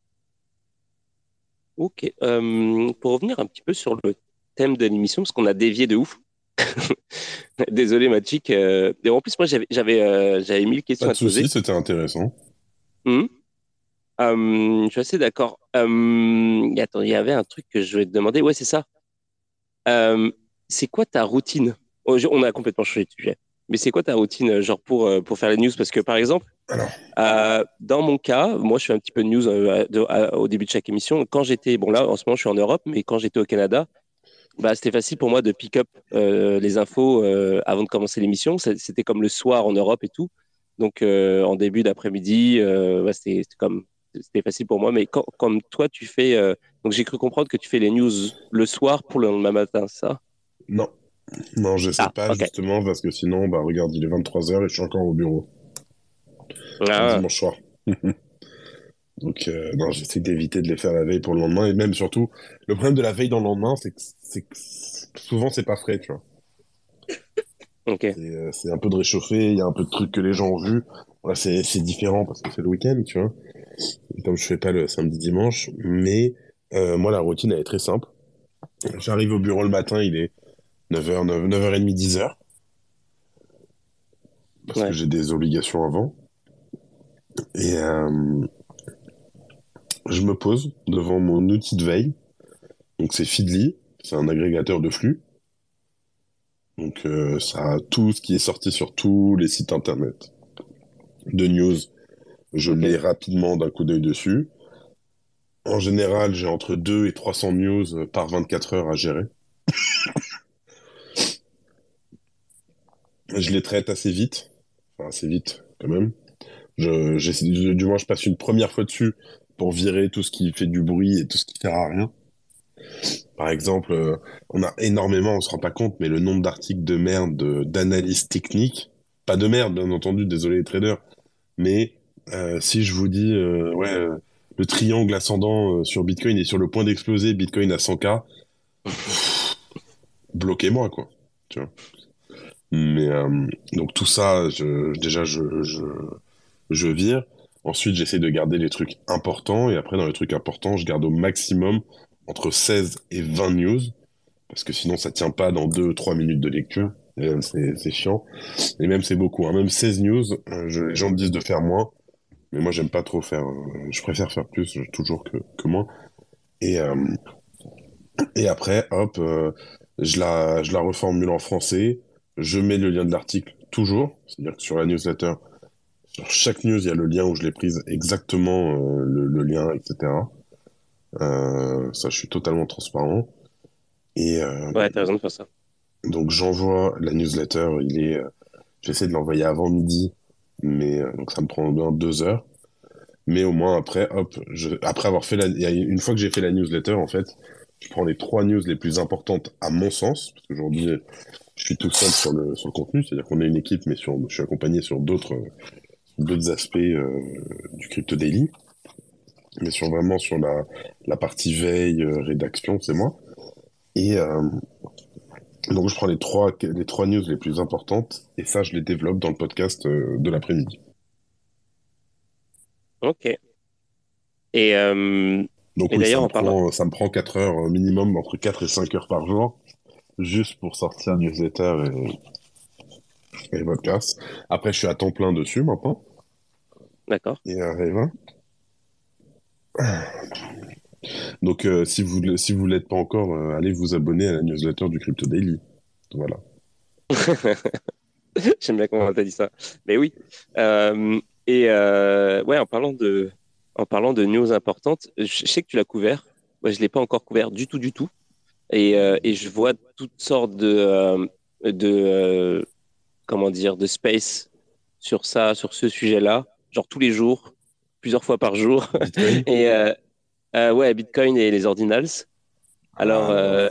Ok. Euh, pour revenir un petit peu sur le thème de l'émission, parce qu'on a dévié de ouf. Désolé, Magic. Euh, et en plus, moi, j'avais j'avais euh, j'avais mille Pas questions de à te poser. souci, c'était intéressant. Hmm. Euh, je suis assez d'accord. Euh, et attends, il y avait un truc que je voulais te demander. Ouais, c'est ça. Euh, c'est quoi ta routine? Oh, je- on a complètement changé de sujet. Mais c'est quoi ta routine, euh, genre pour, euh, pour faire les news? Parce que par exemple, Alors, euh, dans mon cas, moi je fais un petit peu de news euh, de- à- au début de chaque émission. Quand j'étais, bon là en ce moment je suis en Europe, mais quand j'étais au Canada, bah, c'était facile pour moi de pick up euh, les infos euh, avant de commencer l'émission. Ça- C'était comme le soir en Europe et tout. Donc euh, en début d'après-midi, euh, ouais, c'était c'était comme c'était facile pour moi. Mais quand, comme toi tu fais, euh, donc j'ai cru comprendre que tu fais les news le soir pour le lendemain matin, ça? non, non, j'essaie Ah, pas ok. justement parce que sinon, bah regarde, il est vingt-trois heures et je suis encore au bureau un Ah, dimanche soir. Donc, euh, non, j'essaie d'éviter de les faire la veille pour le lendemain. Et même surtout, le problème de la veille dans le lendemain, c'est que, c'est que souvent, c'est pas frais, tu vois. ok. C'est euh, c'est un peu de réchauffer, il y a un peu de trucs que les gens ont vus. Voilà, c'est c'est différent parce que c'est le week-end, tu vois. Et comme je fais pas le samedi-dimanche, mais euh, moi, la routine, elle est très simple. J'arrive au bureau le matin, il est neuf heures, neuf heures trente, dix heures, parce que Ouais. j'ai des obligations avant. Et euh, je me pose devant mon outil de veille. Donc, c'est Feedly, c'est un agrégateur de flux. Donc, euh, ça a tout ce qui est sorti sur tous les sites internet de news. Je Ok. l'ai rapidement d'un coup d'œil dessus. En général, j'ai entre deux et trois cents news par vingt-quatre heures à gérer. Je les traite assez vite, enfin assez vite quand même. Je, j'essaie- du du moins, je passe une première fois dessus pour virer tout ce qui fait du bruit et tout ce qui sert à rien. Par exemple, euh, on a énormément, on se rend pas compte, mais le nombre d'articles de merde, de- d'analyse technique, pas de merde, bien entendu, désolé les traders, mais euh, si je vous dis, euh, ouais, euh, le triangle ascendant euh, sur Bitcoin est sur le point d'exploser, Bitcoin à cent K, bloquez-moi, quoi. Tu vois. Mais euh, donc tout ça, je, déjà, je, je, je vire. Ensuite, j'essaie de garder les trucs importants, et après, dans les trucs importants, je garde au maximum entre seize et vingt news, parce que sinon, ça tient pas dans deux trois minutes de lecture. Et même, c'est c'est chiant. Et même, c'est beaucoup, hein. Même seize news, euh, je- les gens me disent de faire moins. Mais moi, j'aime pas trop faire. euh, je préfère faire plus, euh, toujours que, que moins. Et, euh, et après, hop, euh, je la, je la reformule en français. Je mets le lien de l'article toujours. C'est-à-dire que sur la newsletter, sur chaque news, il y a le lien où je l'ai prise exactement, euh, le, le lien, et cetera. Euh, ça, je suis totalement transparent. Et euh, Ouais, t'as raison de faire ça. donc, j'envoie la newsletter. Il est, euh, j'essaie de l'envoyer avant midi, mais euh, donc ça me prend bien deux heures. Mais au moins après, hop, je, après avoir fait la, il y a une fois que j'ai fait la newsletter, en fait, je prends les trois news les plus importantes à mon sens, parce qu'aujourd'hui, je suis tout seul sur le, sur le contenu, c'est-à-dire qu'on est une équipe, mais sur, je suis accompagné sur d'autres, d'autres aspects euh, du Crypto Daily, mais sur vraiment sur la, la partie veille, euh, rédaction, c'est moi. Et euh, donc je prends les trois, les trois news les plus importantes, et ça, je les développe dans le podcast euh, de l'après-midi. Ok. Et, euh, Donc et oui, ça d'ailleurs, me en parlant. prend, ça me prend quatre heures euh, minimum, entre quatre et cinq heures par jour, juste pour sortir newsletter et, et podcast. Après, je suis à temps plein dessus maintenant. D'accord. Et euh, et voilà. Donc, euh, si vous ne si vous l'êtes pas encore, euh, allez vous abonner à la newsletter du Crypto Daily. Voilà. J'aime bien comment t'as dit ça. Mais oui. Euh, et euh, ouais, en parlant de, en parlant de news importantes, je je sais que tu l'as couvert. Moi, je l'ai pas encore couvert du tout, du tout. Et, euh, et je vois toutes sortes de, euh, de euh, comment dire, de space sur ça, sur ce sujet-là, genre tous les jours, plusieurs fois par jour. Bitcoin? Et euh, euh, ouais, Bitcoin et les ordinals. Alors, Ah là là. euh,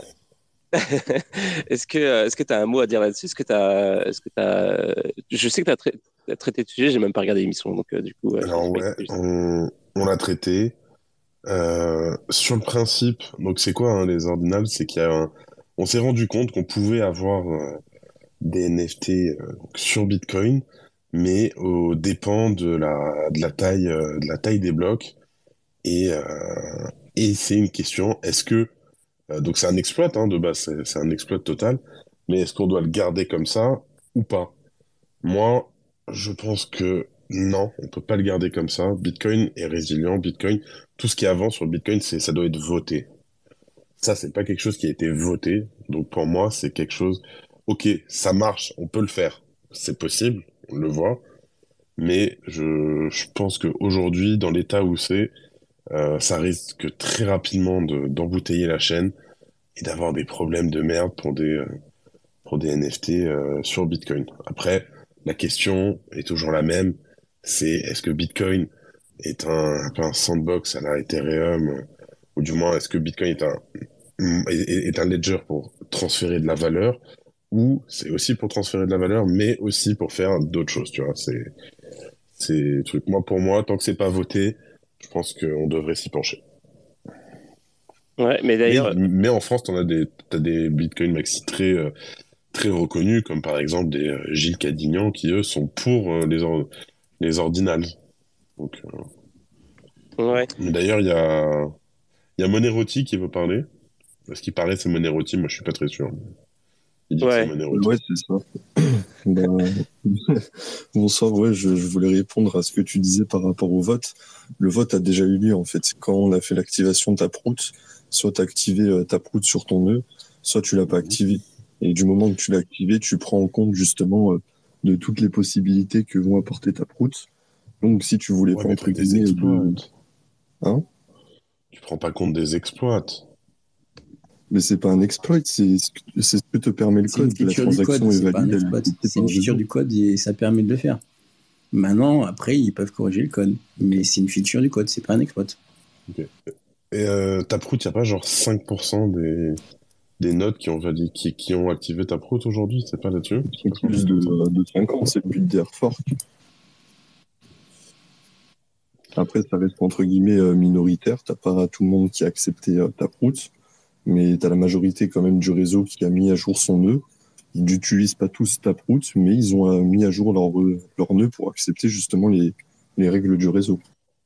est-ce que euh, est-ce que tu as un mot à dire là-dessus? Est-ce que tu est-ce que t'as... Je sais que tu as, traité de sujet, j'ai même pas regardé l'émission, donc euh, du coup, euh, j'ai Alors pas ouais, écouté. on, on l'a traité. Euh, sur le principe, donc c'est quoi hein, les ordinals? C'est qu'il y a un... On s'est rendu compte qu'on pouvait avoir euh, des N F T euh, donc sur Bitcoin, mais au dépend de la, de la taille, euh, de la taille des blocs. Et, euh, et c'est une question, est-ce que... euh, donc c'est un exploit hein, de base, c'est c'est un exploit total, mais est-ce qu'on doit le garder comme ça ou pas? Moi, je pense que non, on peut pas le garder comme ça. Bitcoin est résilient, Bitcoin, tout ce qui avance sur Bitcoin, c'est, ça doit être voté. Ça, c'est pas quelque chose qui a été voté. Donc pour moi, c'est quelque chose, ok, ça marche, on peut le faire. C'est possible, on le voit. Mais je, je pense qu'aujourd'hui, dans l'état où c'est, euh, ça risque très rapidement de, d'embouteiller la chaîne et d'avoir des problèmes de merde pour des, euh, pour des N F T euh, sur Bitcoin. Après, la question est toujours la même, c'est est-ce que Bitcoin est un, un peu un sandbox à la Ethereum, euh, ou du moins est-ce que Bitcoin est un, est, est un ledger pour transférer de la valeur, ou c'est aussi pour transférer de la valeur, mais aussi pour faire d'autres choses, tu vois. C'est, c'est truc. Moi, pour moi, tant que c'est pas voté, je pense qu'on devrait s'y pencher. Ouais, mais Mais, d'ailleurs, mais en France, t'en as des, t'as des Bitcoin maxi très, euh, très reconnus, comme par exemple des euh, Gilles Cadignan, qui eux sont pour euh, les, or- les ordinals. Donc, euh, ouais, mais d'ailleurs, il y a, il y a Monerotti qui veut parler. Parce qu'il paraît c'est Monerotti, moi je suis pas très sûr. Il dit que c'est ouais, Monerotti. Ouais, c'est ça. Bah, bonsoir, ouais, je, je voulais répondre à ce que tu disais par rapport au vote. Le vote a déjà eu lieu, en fait. Quand on a fait l'activation de Taproot, soit tu as activé euh, Taproot sur ton nœud, soit tu l'as pas activé. Et du moment que tu l'as activé, tu prends en compte justement euh, de toutes les possibilités que vont apporter Taproot. Donc, si tu voulais Ouais, pas, mais entre pas des guillemets, exploits. de... Hein? Tu prends pas compte des exploits. Mais c'est pas un exploit, c'est ce que, c'est ce que te permet le C'est une code. La feature du transaction code, est c'est pas un valide, elle est exploit. acceptée C'est par une le feature réseau. du code et ça permet de le faire. Maintenant, après, ils peuvent corriger le code. Mais c'est une feature du code, c'est pas un exploit. Ok. Et euh, Taproot, il n'y a pas genre cinq pour cent des, des nodes qui ont, validé, qui, qui ont activé Taproot aujourd'hui? C'est pas là-dessus? C'est plus de, de cinquante, c'est le but d'Air Fork. Après, ça reste entre guillemets euh, minoritaire. T'as pas tout le monde qui a accepté euh, Taproot, mais t'as la majorité quand même du réseau qui a mis à jour son nœud. Ils n'utilisent pas tous Taproot, mais ils ont euh, mis à jour leur, euh, leur nœud pour accepter justement les, les règles du réseau.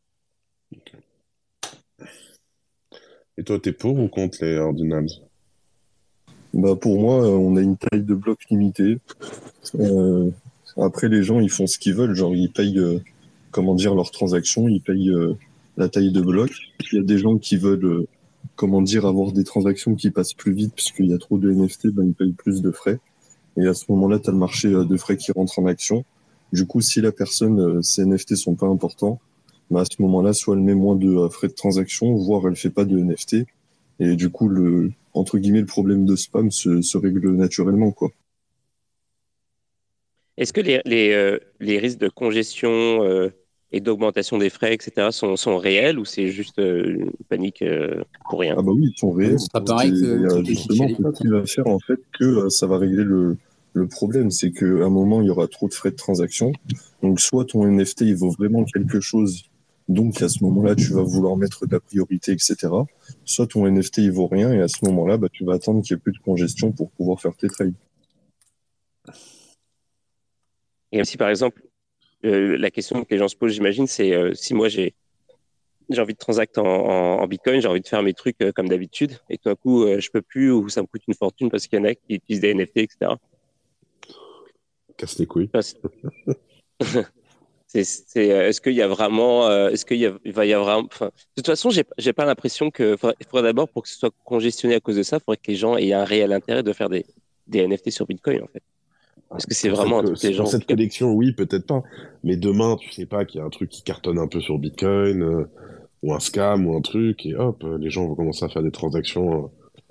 Et toi, t'es pour ou contre les ordinals? Bah pour moi, euh, on a une taille de bloc limitée. Euh, après, les gens, ils font ce qu'ils veulent. Genre, ils payent, euh, comment dire, leurs transactions, ils payent euh, la taille de bloc. Il y a des gens qui veulent, euh, comment dire, avoir des transactions qui passent plus vite puisqu'il y a trop de N F T, ben, ils payent plus de frais. Et à ce moment-là, tu as le marché euh, de frais qui rentre en action. Du coup, si la personne, euh, ses N F T sont pas importants, bah à ce moment-là, soit elle met moins de euh, frais de transaction, voire elle fait pas de N F T. Et du coup, le, entre guillemets, le problème de spam se, se règle naturellement, quoi. Est-ce que les, les, euh, les risques de congestion euh, et d'augmentation des frais, et cetera, sont, sont réels ou c'est juste euh, une panique euh, pour rien? Ah bah oui, ils sont réels. C'est pas C'est pareil que euh, qui était pitché à justement c'est l'époque. ce qui va faire en fait que euh, ça va régler le, le problème, c'est qu'à un moment il y aura trop de frais de transaction. Donc soit ton N F T il vaut vraiment quelque chose, donc à ce moment-là tu vas vouloir mettre ta priorité, et cetera. Soit ton N F T il vaut rien et à ce moment-là bah, tu vas attendre qu'il n'y ait plus de congestion pour pouvoir faire tes trades. Et si par exemple, euh, la question que les gens se posent, j'imagine, c'est euh, si moi j'ai j'ai envie de transacter en, en, en Bitcoin, j'ai envie de faire mes trucs euh, comme d'habitude, et tout d'un coup, euh, je peux plus ou ça me coûte une fortune parce qu'il y en a qui utilisent des N F T, et cetera. Casse les couilles. Enfin, c'est, c'est, c'est, euh, est-ce qu'il y a vraiment, euh, est-ce qu'il y a, il va y avoir, enfin, de toute façon, j'ai, j'ai pas l'impression que, faudrait- il faudrait d'abord pour que ce soit congestionné à cause de ça, il faudrait que les gens aient un réel intérêt de faire des, des N F T sur Bitcoin, en fait. Est-ce que c'est Pour cette, vraiment un co- truc que les pour gens, cette collection, oui, peut-être pas. Mais demain, tu sais pas qu'il y a un truc qui cartonne un peu sur Bitcoin, euh, ou un scam, ou un truc, et hop, euh, les gens vont commencer à faire des transactions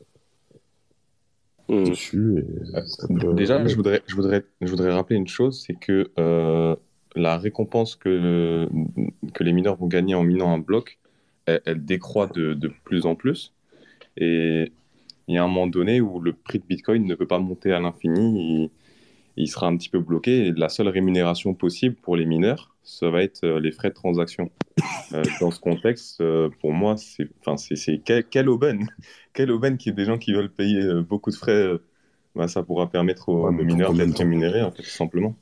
euh, Hmm. dessus, et Euh, ça peut... Déjà, ouais. je voudrais, je voudrais, je voudrais rappeler une chose, c'est que euh, la récompense que, que les mineurs vont gagner en minant un bloc, elle, elle décroît de, de plus en plus. Et il y a un moment donné où le prix de Bitcoin ne peut pas monter à l'infini, il, il sera un petit peu bloqué. Et la seule rémunération possible pour les mineurs, ça va être euh, les frais de transaction. Euh, dans ce contexte, euh, pour moi, c'est, enfin, c'est, c'est quelle, quelle aubaine, quelle aubaine qu'il y ait des gens qui veulent payer euh, beaucoup de frais. Euh, bah, ça pourra permettre aux, Ouais, aux mais pour mineurs combien de d'être temps? rémunérés, en fait, tout simplement.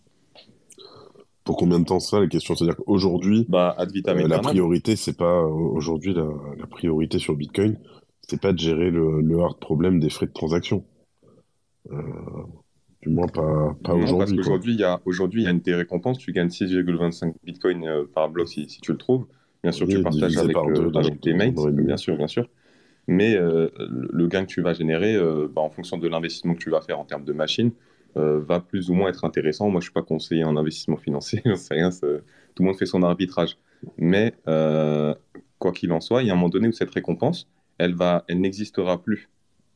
Pour combien de temps ça, la question? C'est-à-dire qu'aujourd'hui, Bah, ad vitam euh, la aeternam. priorité, c'est pas, aujourd'hui, la, la priorité sur Bitcoin, c'est pas de gérer le, le hard problème des frais de transaction. Euh, du moins, pas, pas Non, parce aujourd'hui, quoi. qu'aujourd'hui, il y a, aujourd'hui, il y a une des récompenses. Tu gagnes six virgule vingt-cinq bitcoins euh, par bloc si, si tu le trouves. Bien sûr, tu Oui, partages divisé avec, par deux euh, dans, avec tes dans, dans mates, le bien milieu. sûr, bien sûr. Mais euh, le le gain que tu vas générer, euh, bah, en fonction de l'investissement que tu vas faire en termes de machines, euh, va plus ou moins être intéressant. Moi, je ne suis pas conseiller en investissement financier, j'en sais rien, ça- tout le monde fait son arbitrage. Mais euh, quoi qu'il en soit, il y a un moment donné où cette récompense, elle va, elle n'existera plus,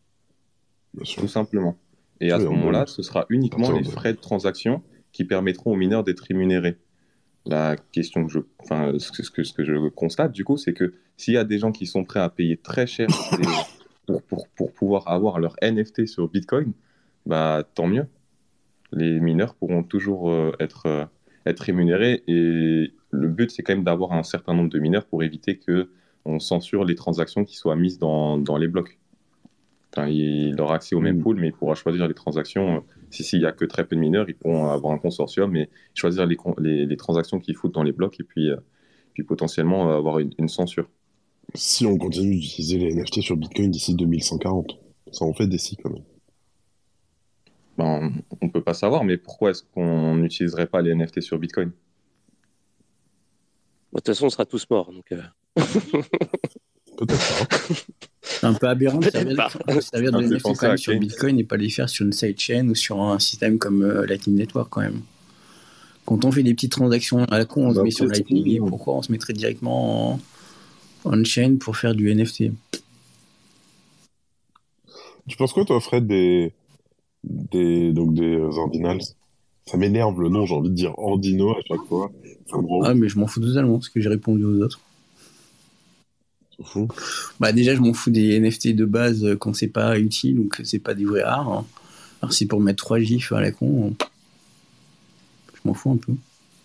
Bien sûr. tout simplement. Et à Oui, ce en gros, moment-là, ce sera à uniquement partir les de... frais de transaction qui permettront aux mineurs d'être rémunérés. La question que je, enfin, ce que, ce que, ce que je constate, du coup, c'est que s'il y a des gens qui sont prêts à payer très cher des- pour, pour, pour pouvoir avoir leur N F T sur Bitcoin, bah, tant mieux. Les mineurs pourront toujours euh, être, euh, être rémunérés et le but, c'est quand même d'avoir un certain nombre de mineurs pour éviter que on censure les transactions qui soient mises dans, dans les blocs. Enfin, il aura accès au même Mm. pool, mais il pourra choisir les transactions. Si s'il y a que très peu de mineurs, ils pourront avoir un consortium et choisir les, con- les, les transactions qu'ils foutent dans les blocs et puis, euh, puis potentiellement euh, avoir une, une censure. Si on continue d'utiliser les N F T sur Bitcoin d'ici deux mille cent quarante, ça en fait des si, quand même. Ben, on ne peut pas savoir, mais pourquoi est-ce qu'on n'utiliserait pas les N F T sur Bitcoin? De toute façon, on sera tous morts, donc euh, Peut-être pas. C'est un peu aberrant de servir, peut-être pas. de servir Ça de me fait N F T penser quand même à sur Keynes. Bitcoin et pas les faire sur une sidechain ou sur un système comme euh, Lightning Network quand même. Quand on fait des petites transactions à la con, on se Bah met sur après, Lightning et c'est- pourquoi on se mettrait directement en on-chain pour faire du N F T? Tu penses quoi, toi, Fred, des, des, donc des euh, ordinals? Ça m'énerve le nom, j'ai envie de dire ordino à chaque fois. Ça me rend Ah, ouf, mais je m'en fous totalement, parce que j'ai répondu aux autres. c'est fou. Bah, déjà, je m'en fous des N F T de base euh, quand c'est pas utile ou que c'est pas des vrais rares. Hein. Alors, si pour mettre trois gifs à la con, euh, je m'en fous un peu.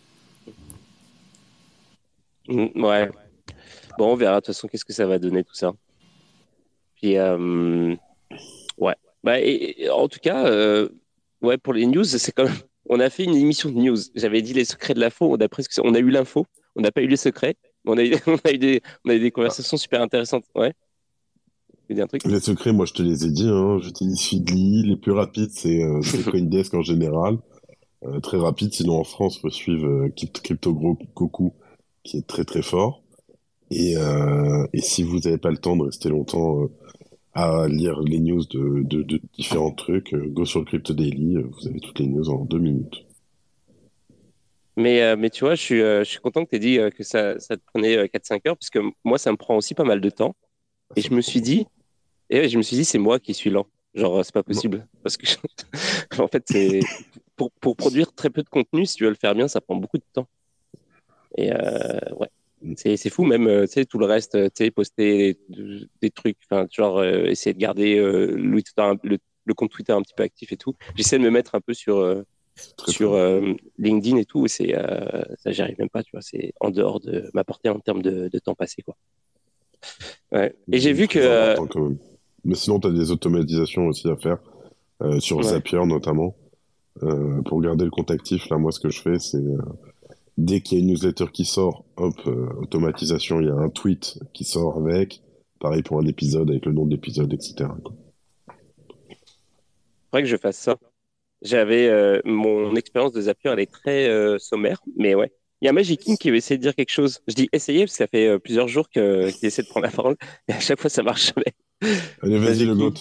Mm, ouais. Bon, on verra de toute façon qu'est-ce que ça va donner tout ça. Puis, euh, ouais. Bah, et, et en tout cas, euh, ouais, pour les news, c'est quand même. On a fait une émission de news. J'avais dit les secrets de l'info. On a presque, on a eu l'info. On n'a pas eu les secrets. Mais on a eu, on a eu des, on a eu des Ah, conversations super intéressantes. Ouais. Tu veux dire un truc? les secrets, moi, je te les ai dit, hein. J'utilise Feedly. Les plus rapides, c'est euh, c'est Coindesk en général. Euh, très rapide. Sinon, en France, faut suivre euh, Crypt- Crypto Gro- Goku, qui est très très fort. Et, euh, et si vous n'avez pas le temps de rester longtemps euh, à lire les news de, de, de différents trucs, euh, go sur le Crypto Daily, euh, vous avez toutes les news en deux minutes. Mais, euh, mais tu vois, je suis, euh, je suis content que tu aies dit euh, que ça, ça te prenait euh, quatre cinq heures, parce que moi, ça me prend aussi pas mal de temps. Et Ça je me suis prend- dit, et ouais, je me suis dit, c'est moi qui suis lent. Genre, euh, c'est pas Non. possible. Parce que, en fait, c'est pour, pour produire très peu de contenu, si tu veux le faire bien, ça prend beaucoup de temps. Et euh, ouais, c'est, c'est fou, même, euh, tu sais, tout le reste, euh, tu sais, poster des, des trucs, enfin, genre, euh, essayer de garder euh, le, Twitter- le, le compte Twitter un petit peu actif et tout. J'essaie de me mettre un peu sur, euh, C'est très très sur long. euh, LinkedIn et tout, et c'est, euh, ça, j'y arrive même pas, tu vois, c'est en dehors de ma portée en termes de, de temps passé, quoi. Ouais. Et j'ai LinkedIn, vu que, très euh, important quand même. Mais sinon, tu as des automatisations aussi à faire, euh, sur ouais, Zapier notamment. Euh, pour garder le compte actif, là, moi, ce que je fais, c'est euh, dès qu'il y a une newsletter qui sort, hop, euh, automatisation, il y a un tweet qui sort avec. Pareil pour un épisode, avec le nom de l'épisode, et cetera quoi. faudrait que je fasse ça. J'avais euh, mon expérience de Zapier, elle est très euh, sommaire, mais ouais. Il y a Magic King qui veut essayer de dire quelque chose. Je dis essayer parce que ça fait euh, plusieurs jours que, qu'il essaie de prendre la parole et à chaque fois ça marche jamais. Allez, vas-y, Magic le King? GOAT.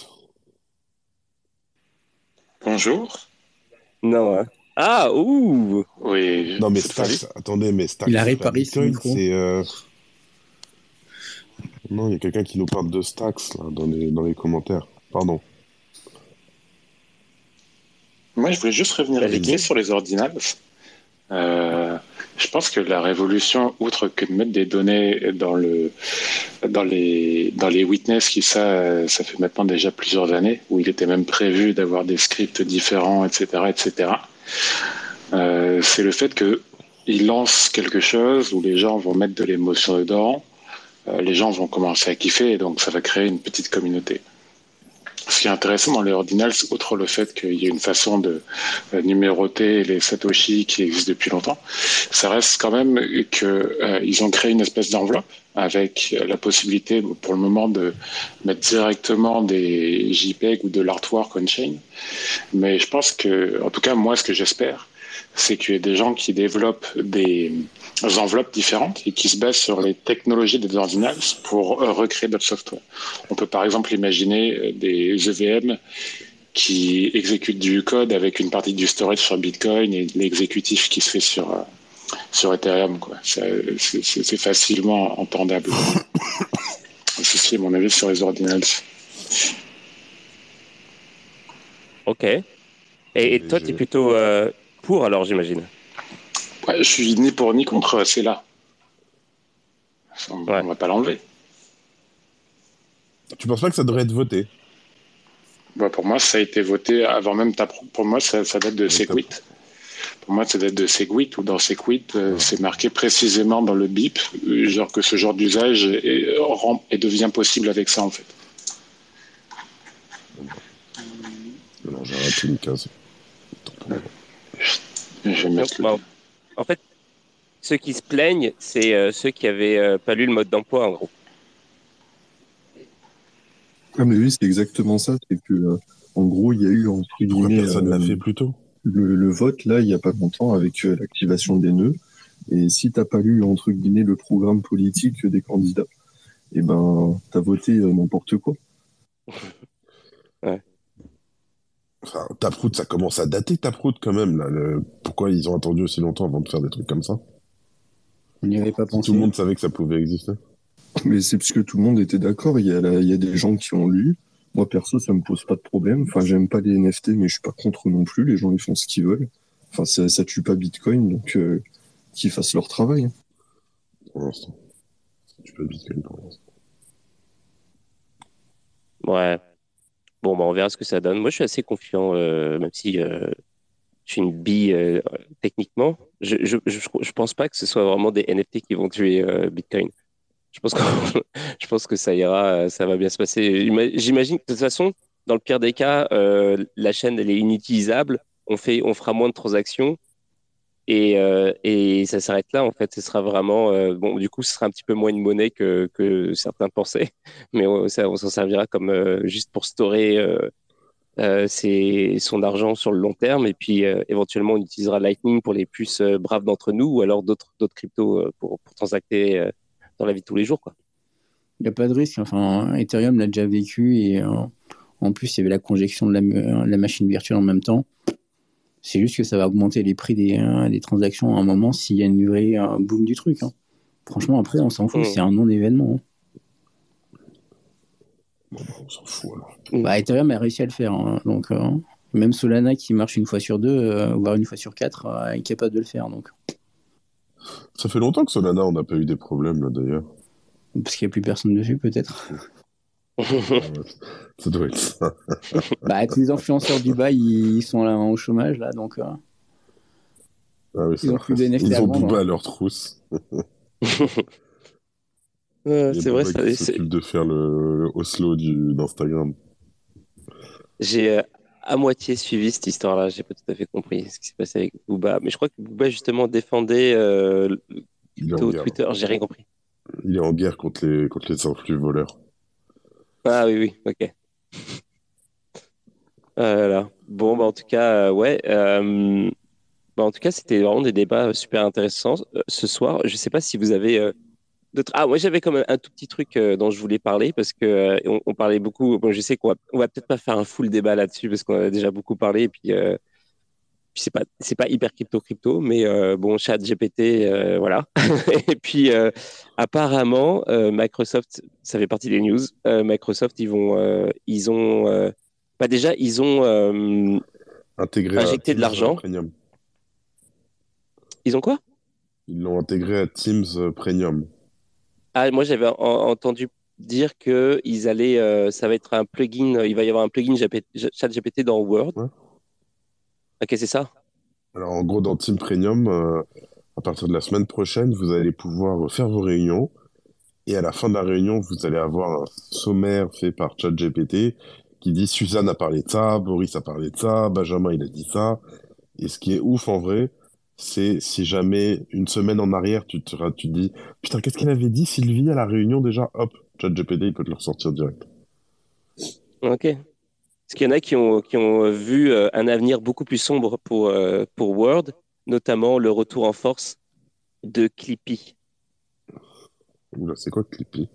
Bonjour. Non, hein. Ah, ouh! Oui, Non, mais cette fois-ci. Stacks, attendez, mais Stacks, Il a c'est pas réparé son Bitcoin, micro. c'est... euh, Non, il y a quelqu'un qui nous parle de Stacks, là, dans les, dans les commentaires. Pardon. Moi, je voulais juste revenir vite Magic fait Vas-y. King? sur les ordinals. Euh, je pense que la révolution, outre que de mettre des données dans le dans les dans les witness, qui ça ça fait maintenant déjà plusieurs années, où il était même prévu d'avoir des scripts différents, et cetera, et cetera. Euh, c'est le fait que il lance quelque chose où les gens vont mettre de l'émotion dedans, euh, les gens vont commencer à kiffer, et donc ça va créer une petite communauté. Ce qui est intéressant dans les ordinals, outre le fait qu'il y a une façon de euh, numéroter les Satoshi qui existent depuis longtemps, ça reste quand même qu'ils euh, ont créé une espèce d'enveloppe avec euh, la possibilité pour le moment de mettre directement des JPEG ou de l'artwork on-chain. Mais je pense que, en tout cas, moi, ce que j'espère, c'est qu'il y ait des gens qui développent des enveloppes différentes et qui se basent sur les technologies des ordinals pour euh, recréer d'autres software. On peut par exemple imaginer des E V M qui exécutent du code avec une partie du storage sur Bitcoin et l'exécutif qui se fait sur, euh, sur Ethereum, quoi. Ça, c'est, c'est facilement entendable. Ceci est mon avis sur les ordinals. Ok. Et, et toi, tu es Léger. plutôt euh, pour alors, j'imagine. Ouais, je suis ni pour ni contre, c'est là. On, Ouais. on va pas l'enlever. Tu penses pas que ça devrait être voté? Bah, pour moi, ça a été voté avant même ta. Pour moi, ça, ça date de Avec ta- Segwit. Pour moi, ça date de Segwit, où dans Segwit, euh, Ah. c'est marqué précisément dans le B I P, euh, genre que ce genre d'usage est, rend- et devient possible avec ça, en fait. Alors, j'ai raté une case. Autant pour moi. Je vais Non, mettre le. bah, en fait, ceux qui se plaignent, c'est euh, ceux qui avaient euh, pas lu le mode d'emploi, en gros. Ah, mais oui, c'est exactement ça. C'est que, euh, en gros, il y a eu, entre Pourquoi guillemets, personne euh, l'a fait plus tôt? le, le vote, là, il n'y a pas longtemps, avec euh, l'activation des nœuds. Et si t'as pas lu, entre guillemets, le programme politique des candidats, eh ben, t'as voté euh, n'importe quoi. Ouais. Enfin, Taproot, ça commence à dater, Taproot, quand même, là. Le- Pourquoi ils ont attendu aussi longtemps avant de faire des trucs comme ça? On n'y avait pas Si tout pensé. le monde savait que ça pouvait exister. Mais c'est parce que tout le monde était d'accord. Il y a, la- il y a des gens qui ont lu. Moi, perso, ça me pose pas de problème. Enfin, j'aime pas les N F T, mais je suis pas contre non plus. Les gens, ils font ce qu'ils veulent. Enfin, ça, ça tue pas Bitcoin, donc euh, qu'ils fassent leur travail. Hein. Pour l'instant. Ça tue pas Bitcoin pour l'instant. Ouais. Bon, bah, on verra ce que ça donne. Moi, je suis assez confiant, euh, même si euh, je suis une bille euh, techniquement. Je, je, je, je pense pas que ce soit vraiment des N F T qui vont tuer euh, Bitcoin. Je pense que, je pense que ça ira, euh, ça va bien se passer. Ima- J'imagine que de toute façon, dans le pire des cas, euh, la chaîne, elle est inutilisable. On fait, on fera moins de transactions et, euh, et ça s'arrête là. En fait, ce sera vraiment, euh, bon, du coup, ce sera un petit peu moins une monnaie que, que certains pensaient, mais on, ça, on s'en servira comme euh, juste pour storer euh, euh, ses- son argent sur le long terme. Et puis, euh, éventuellement, on utilisera Lightning pour les plus euh, braves d'entre nous ou alors d'autres, d'autres cryptos euh, pour, pour transacter euh, dans la vie de tous les jours, quoi. Il n'y a pas de risque. Enfin, Ethereum l'a déjà vécu et euh, en plus, il y avait la conjection de la, euh, la machine virtuelle en même temps. C'est juste que ça va augmenter les prix des, euh, des transactions à un moment s'il y a une vraie euh, boom du truc. Hein. Franchement, après, on s'en fout, Mm. c'est un non-événement. Hein. Bon, bah, on s'en fout alors. Bah, Ethereum a réussi à le faire. Hein. Donc, euh, même Solana qui marche une fois sur deux, euh, voire une fois sur quatre, euh, est capable de le faire. Donc. Ça fait longtemps que Solana, on n'a pas eu des problèmes là d'ailleurs. Parce qu'il n'y a plus personne dessus, peut-être. Ah ouais, ça doit être ça. Bah, tous les influenceurs du bail, ils sont là au chômage, là, donc euh, Ah oui, ils ça ont plus de N F T Ils à ont vendre. Booba Hein. à leur trousse. Ouais, Il y a c'est vrai, Booba ça, qui c'est- s'occupe de faire le, le Oslo du, d'Instagram. j'ai euh, à moitié suivi cette histoire-là. J'ai pas tout à fait compris ce qui s'est passé avec Booba. Mais je crois que Booba, justement, défendait euh, le Il est en crypto guerre. Twitter. J'ai rien compris. Il est en guerre contre les, contre les influx voleurs. Ah oui, oui, ok. Ah là là. Bon, bah, en tout cas, euh, ouais. euh, bah, en tout cas, c'était vraiment des débats super intéressants euh, ce soir. Je sais pas si vous avez euh, d'autres. Ah, moi, j'avais comme un tout petit truc euh, dont je voulais parler parce que euh, on, on parlait beaucoup. Bon, je sais qu'on va, on va peut-être pas faire un full débat là-dessus parce qu'on a déjà beaucoup parlé. Et puis, euh, puis c'est pas, c'est pas hyper crypto crypto, mais euh, bon, chat G P T, euh, voilà. Et puis, euh, apparemment, euh, Microsoft, ça fait partie des news. euh, Microsoft, ils vont, euh, ils ont, euh, bah déjà, ils ont euh, Intégré à injecté de Teams euh, l'argent. Premium. Ils ont quoi? Ils l'ont intégré à Teams euh, Premium. Ah, moi, j'avais en- entendu dire que ils allaient, euh, ça va être un plugin, il va y avoir un plugin G P T chat G P T dans Word. Ouais. Ok, c'est ça? Alors en gros, dans Teams Premium, euh, à partir de la semaine prochaine, vous allez pouvoir faire vos réunions. Et à la fin de la réunion, vous allez avoir un sommaire fait par ChatGPT qui dit Suzanne a parlé de ça, Boris a parlé de ça, Benjamin il a dit ça. Et ce qui est ouf en vrai, c'est si jamais une semaine en arrière, tu te, tu te dis putain, qu'est-ce qu'elle avait dit Sylvie à la réunion déjà? Hop, ChatGPT il peut te le ressortir direct. Ok. Parce qu'il y en a qui ont, qui ont vu euh, un avenir beaucoup plus sombre pour, euh, pour Word, notamment le retour en force de Clippy. Oula, c'est quoi Clippy?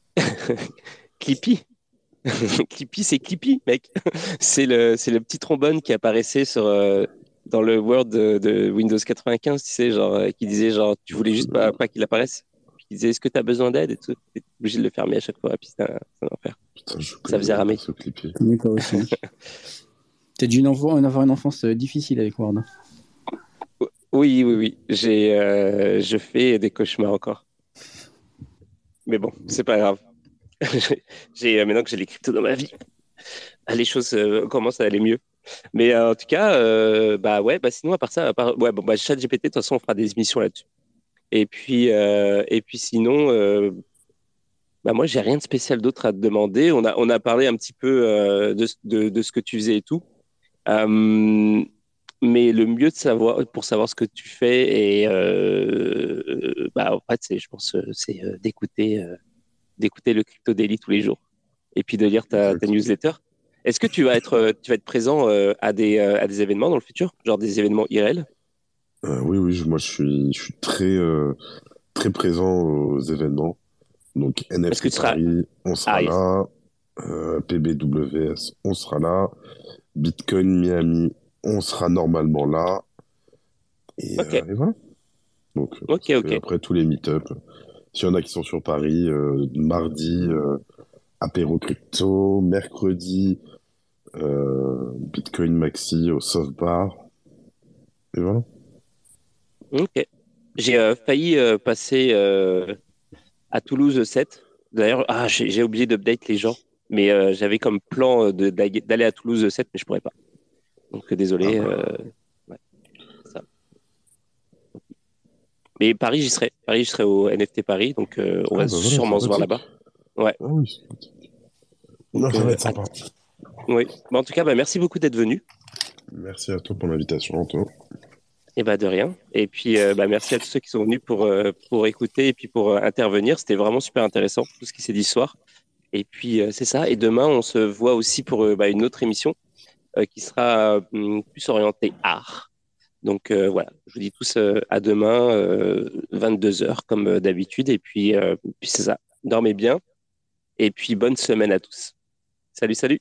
Clippy? Clippy, c'est Clippy, mec. C'est le, c'est le petit trombone qui apparaissait sur, euh, dans le Word de, de Windows quatre-vingt-quinze, tu sais, genre, euh, qui disait, genre, tu voulais juste pas, pas qu'il apparaisse. Puis il disait, est-ce que tu as besoin d'aide et tout. T'es obligé de le fermer à chaque fois. Puis c'est un, c'est un enfer. Putain, je Ça connais faisait même ramer. pas ce Clippy. Je connais pas aussi. T'as dû en avoir, en avoir une enfance euh, difficile avec Word. Oui, oui, oui. J'ai, euh, je fais des cauchemars encore. Mais bon, c'est pas grave. J'ai, euh, maintenant que j'ai les cryptos dans ma vie, ah, les choses euh, commencent à aller mieux. Mais euh, en tout cas, euh, bah ouais, bah sinon à part ça, à part, ouais, bon, bah ChatGPT, de toute façon, on fera des émissions là-dessus. Et puis, euh, et puis sinon, euh, bah moi, j'ai rien de spécial d'autre à te demander. On a, on a parlé un petit peu euh, de, de, de ce que tu faisais et tout. Euh, mais le mieux de savoir, pour savoir ce que tu fais, et euh, bah en fait, c'est, je pense, euh, c'est euh, d'écouter, euh, d'écouter le Crypto Daily tous les jours, et puis de lire ta, ta Exact. newsletter. Est-ce que tu vas être, euh, tu vas être présent euh, à des, euh, à des événements dans le futur, genre des événements I R L? Euh, oui, oui, je- moi je suis, je suis très, euh, très présent aux événements. Donc Est-ce que N F T tu seras... Paris, on sera Ah, yes. là. Euh, P B W S, on sera là. Bitcoin Miami, on sera normalement là. Et, Ok, euh, et voilà. Donc euh, ok, ça fait ok. après tous les meet-up. S'il y en a qui sont sur Paris, euh, mardi, euh, apéro crypto, mercredi, euh, Bitcoin Maxi au soft bar. Et voilà. Ok. J'ai euh, failli euh, passer euh, à Toulouse sept. D'ailleurs, ah, j'ai j'ai oublié d'update les gens, mais euh, j'avais comme plan euh, de- d'aller à Toulouse sept, mais je pourrais pas. Donc euh, Ah désolé. bah, euh, ouais, c'est ça. Mais Paris, j'y serai. Paris, je serai au N F T Paris, donc euh, on ah va bah voilà, sûrement se voir sympathique. là-bas. Ouais. Ah oui, sympathique. Non, Donc, ça va euh, être hâte. sympa. Oui. Bon, en tout cas, bah, merci beaucoup d'être venu. Merci à toi pour l'invitation, Anto. Et bah de rien. Et puis euh, bah, merci à tous ceux qui sont venus pour, euh, pour écouter et puis pour euh, intervenir. C'était vraiment super intéressant, tout ce qui s'est dit ce soir. Et puis euh, c'est ça. Et demain, on se voit aussi pour euh, bah, une autre émission euh, qui sera hum, plus orientée art. Donc euh, voilà, je vous dis tous euh, à demain, euh, vingt-deux heures comme euh, d'habitude. Et puis, euh, puis c'est ça. Dormez bien. Et puis bonne semaine à tous. Salut, salut.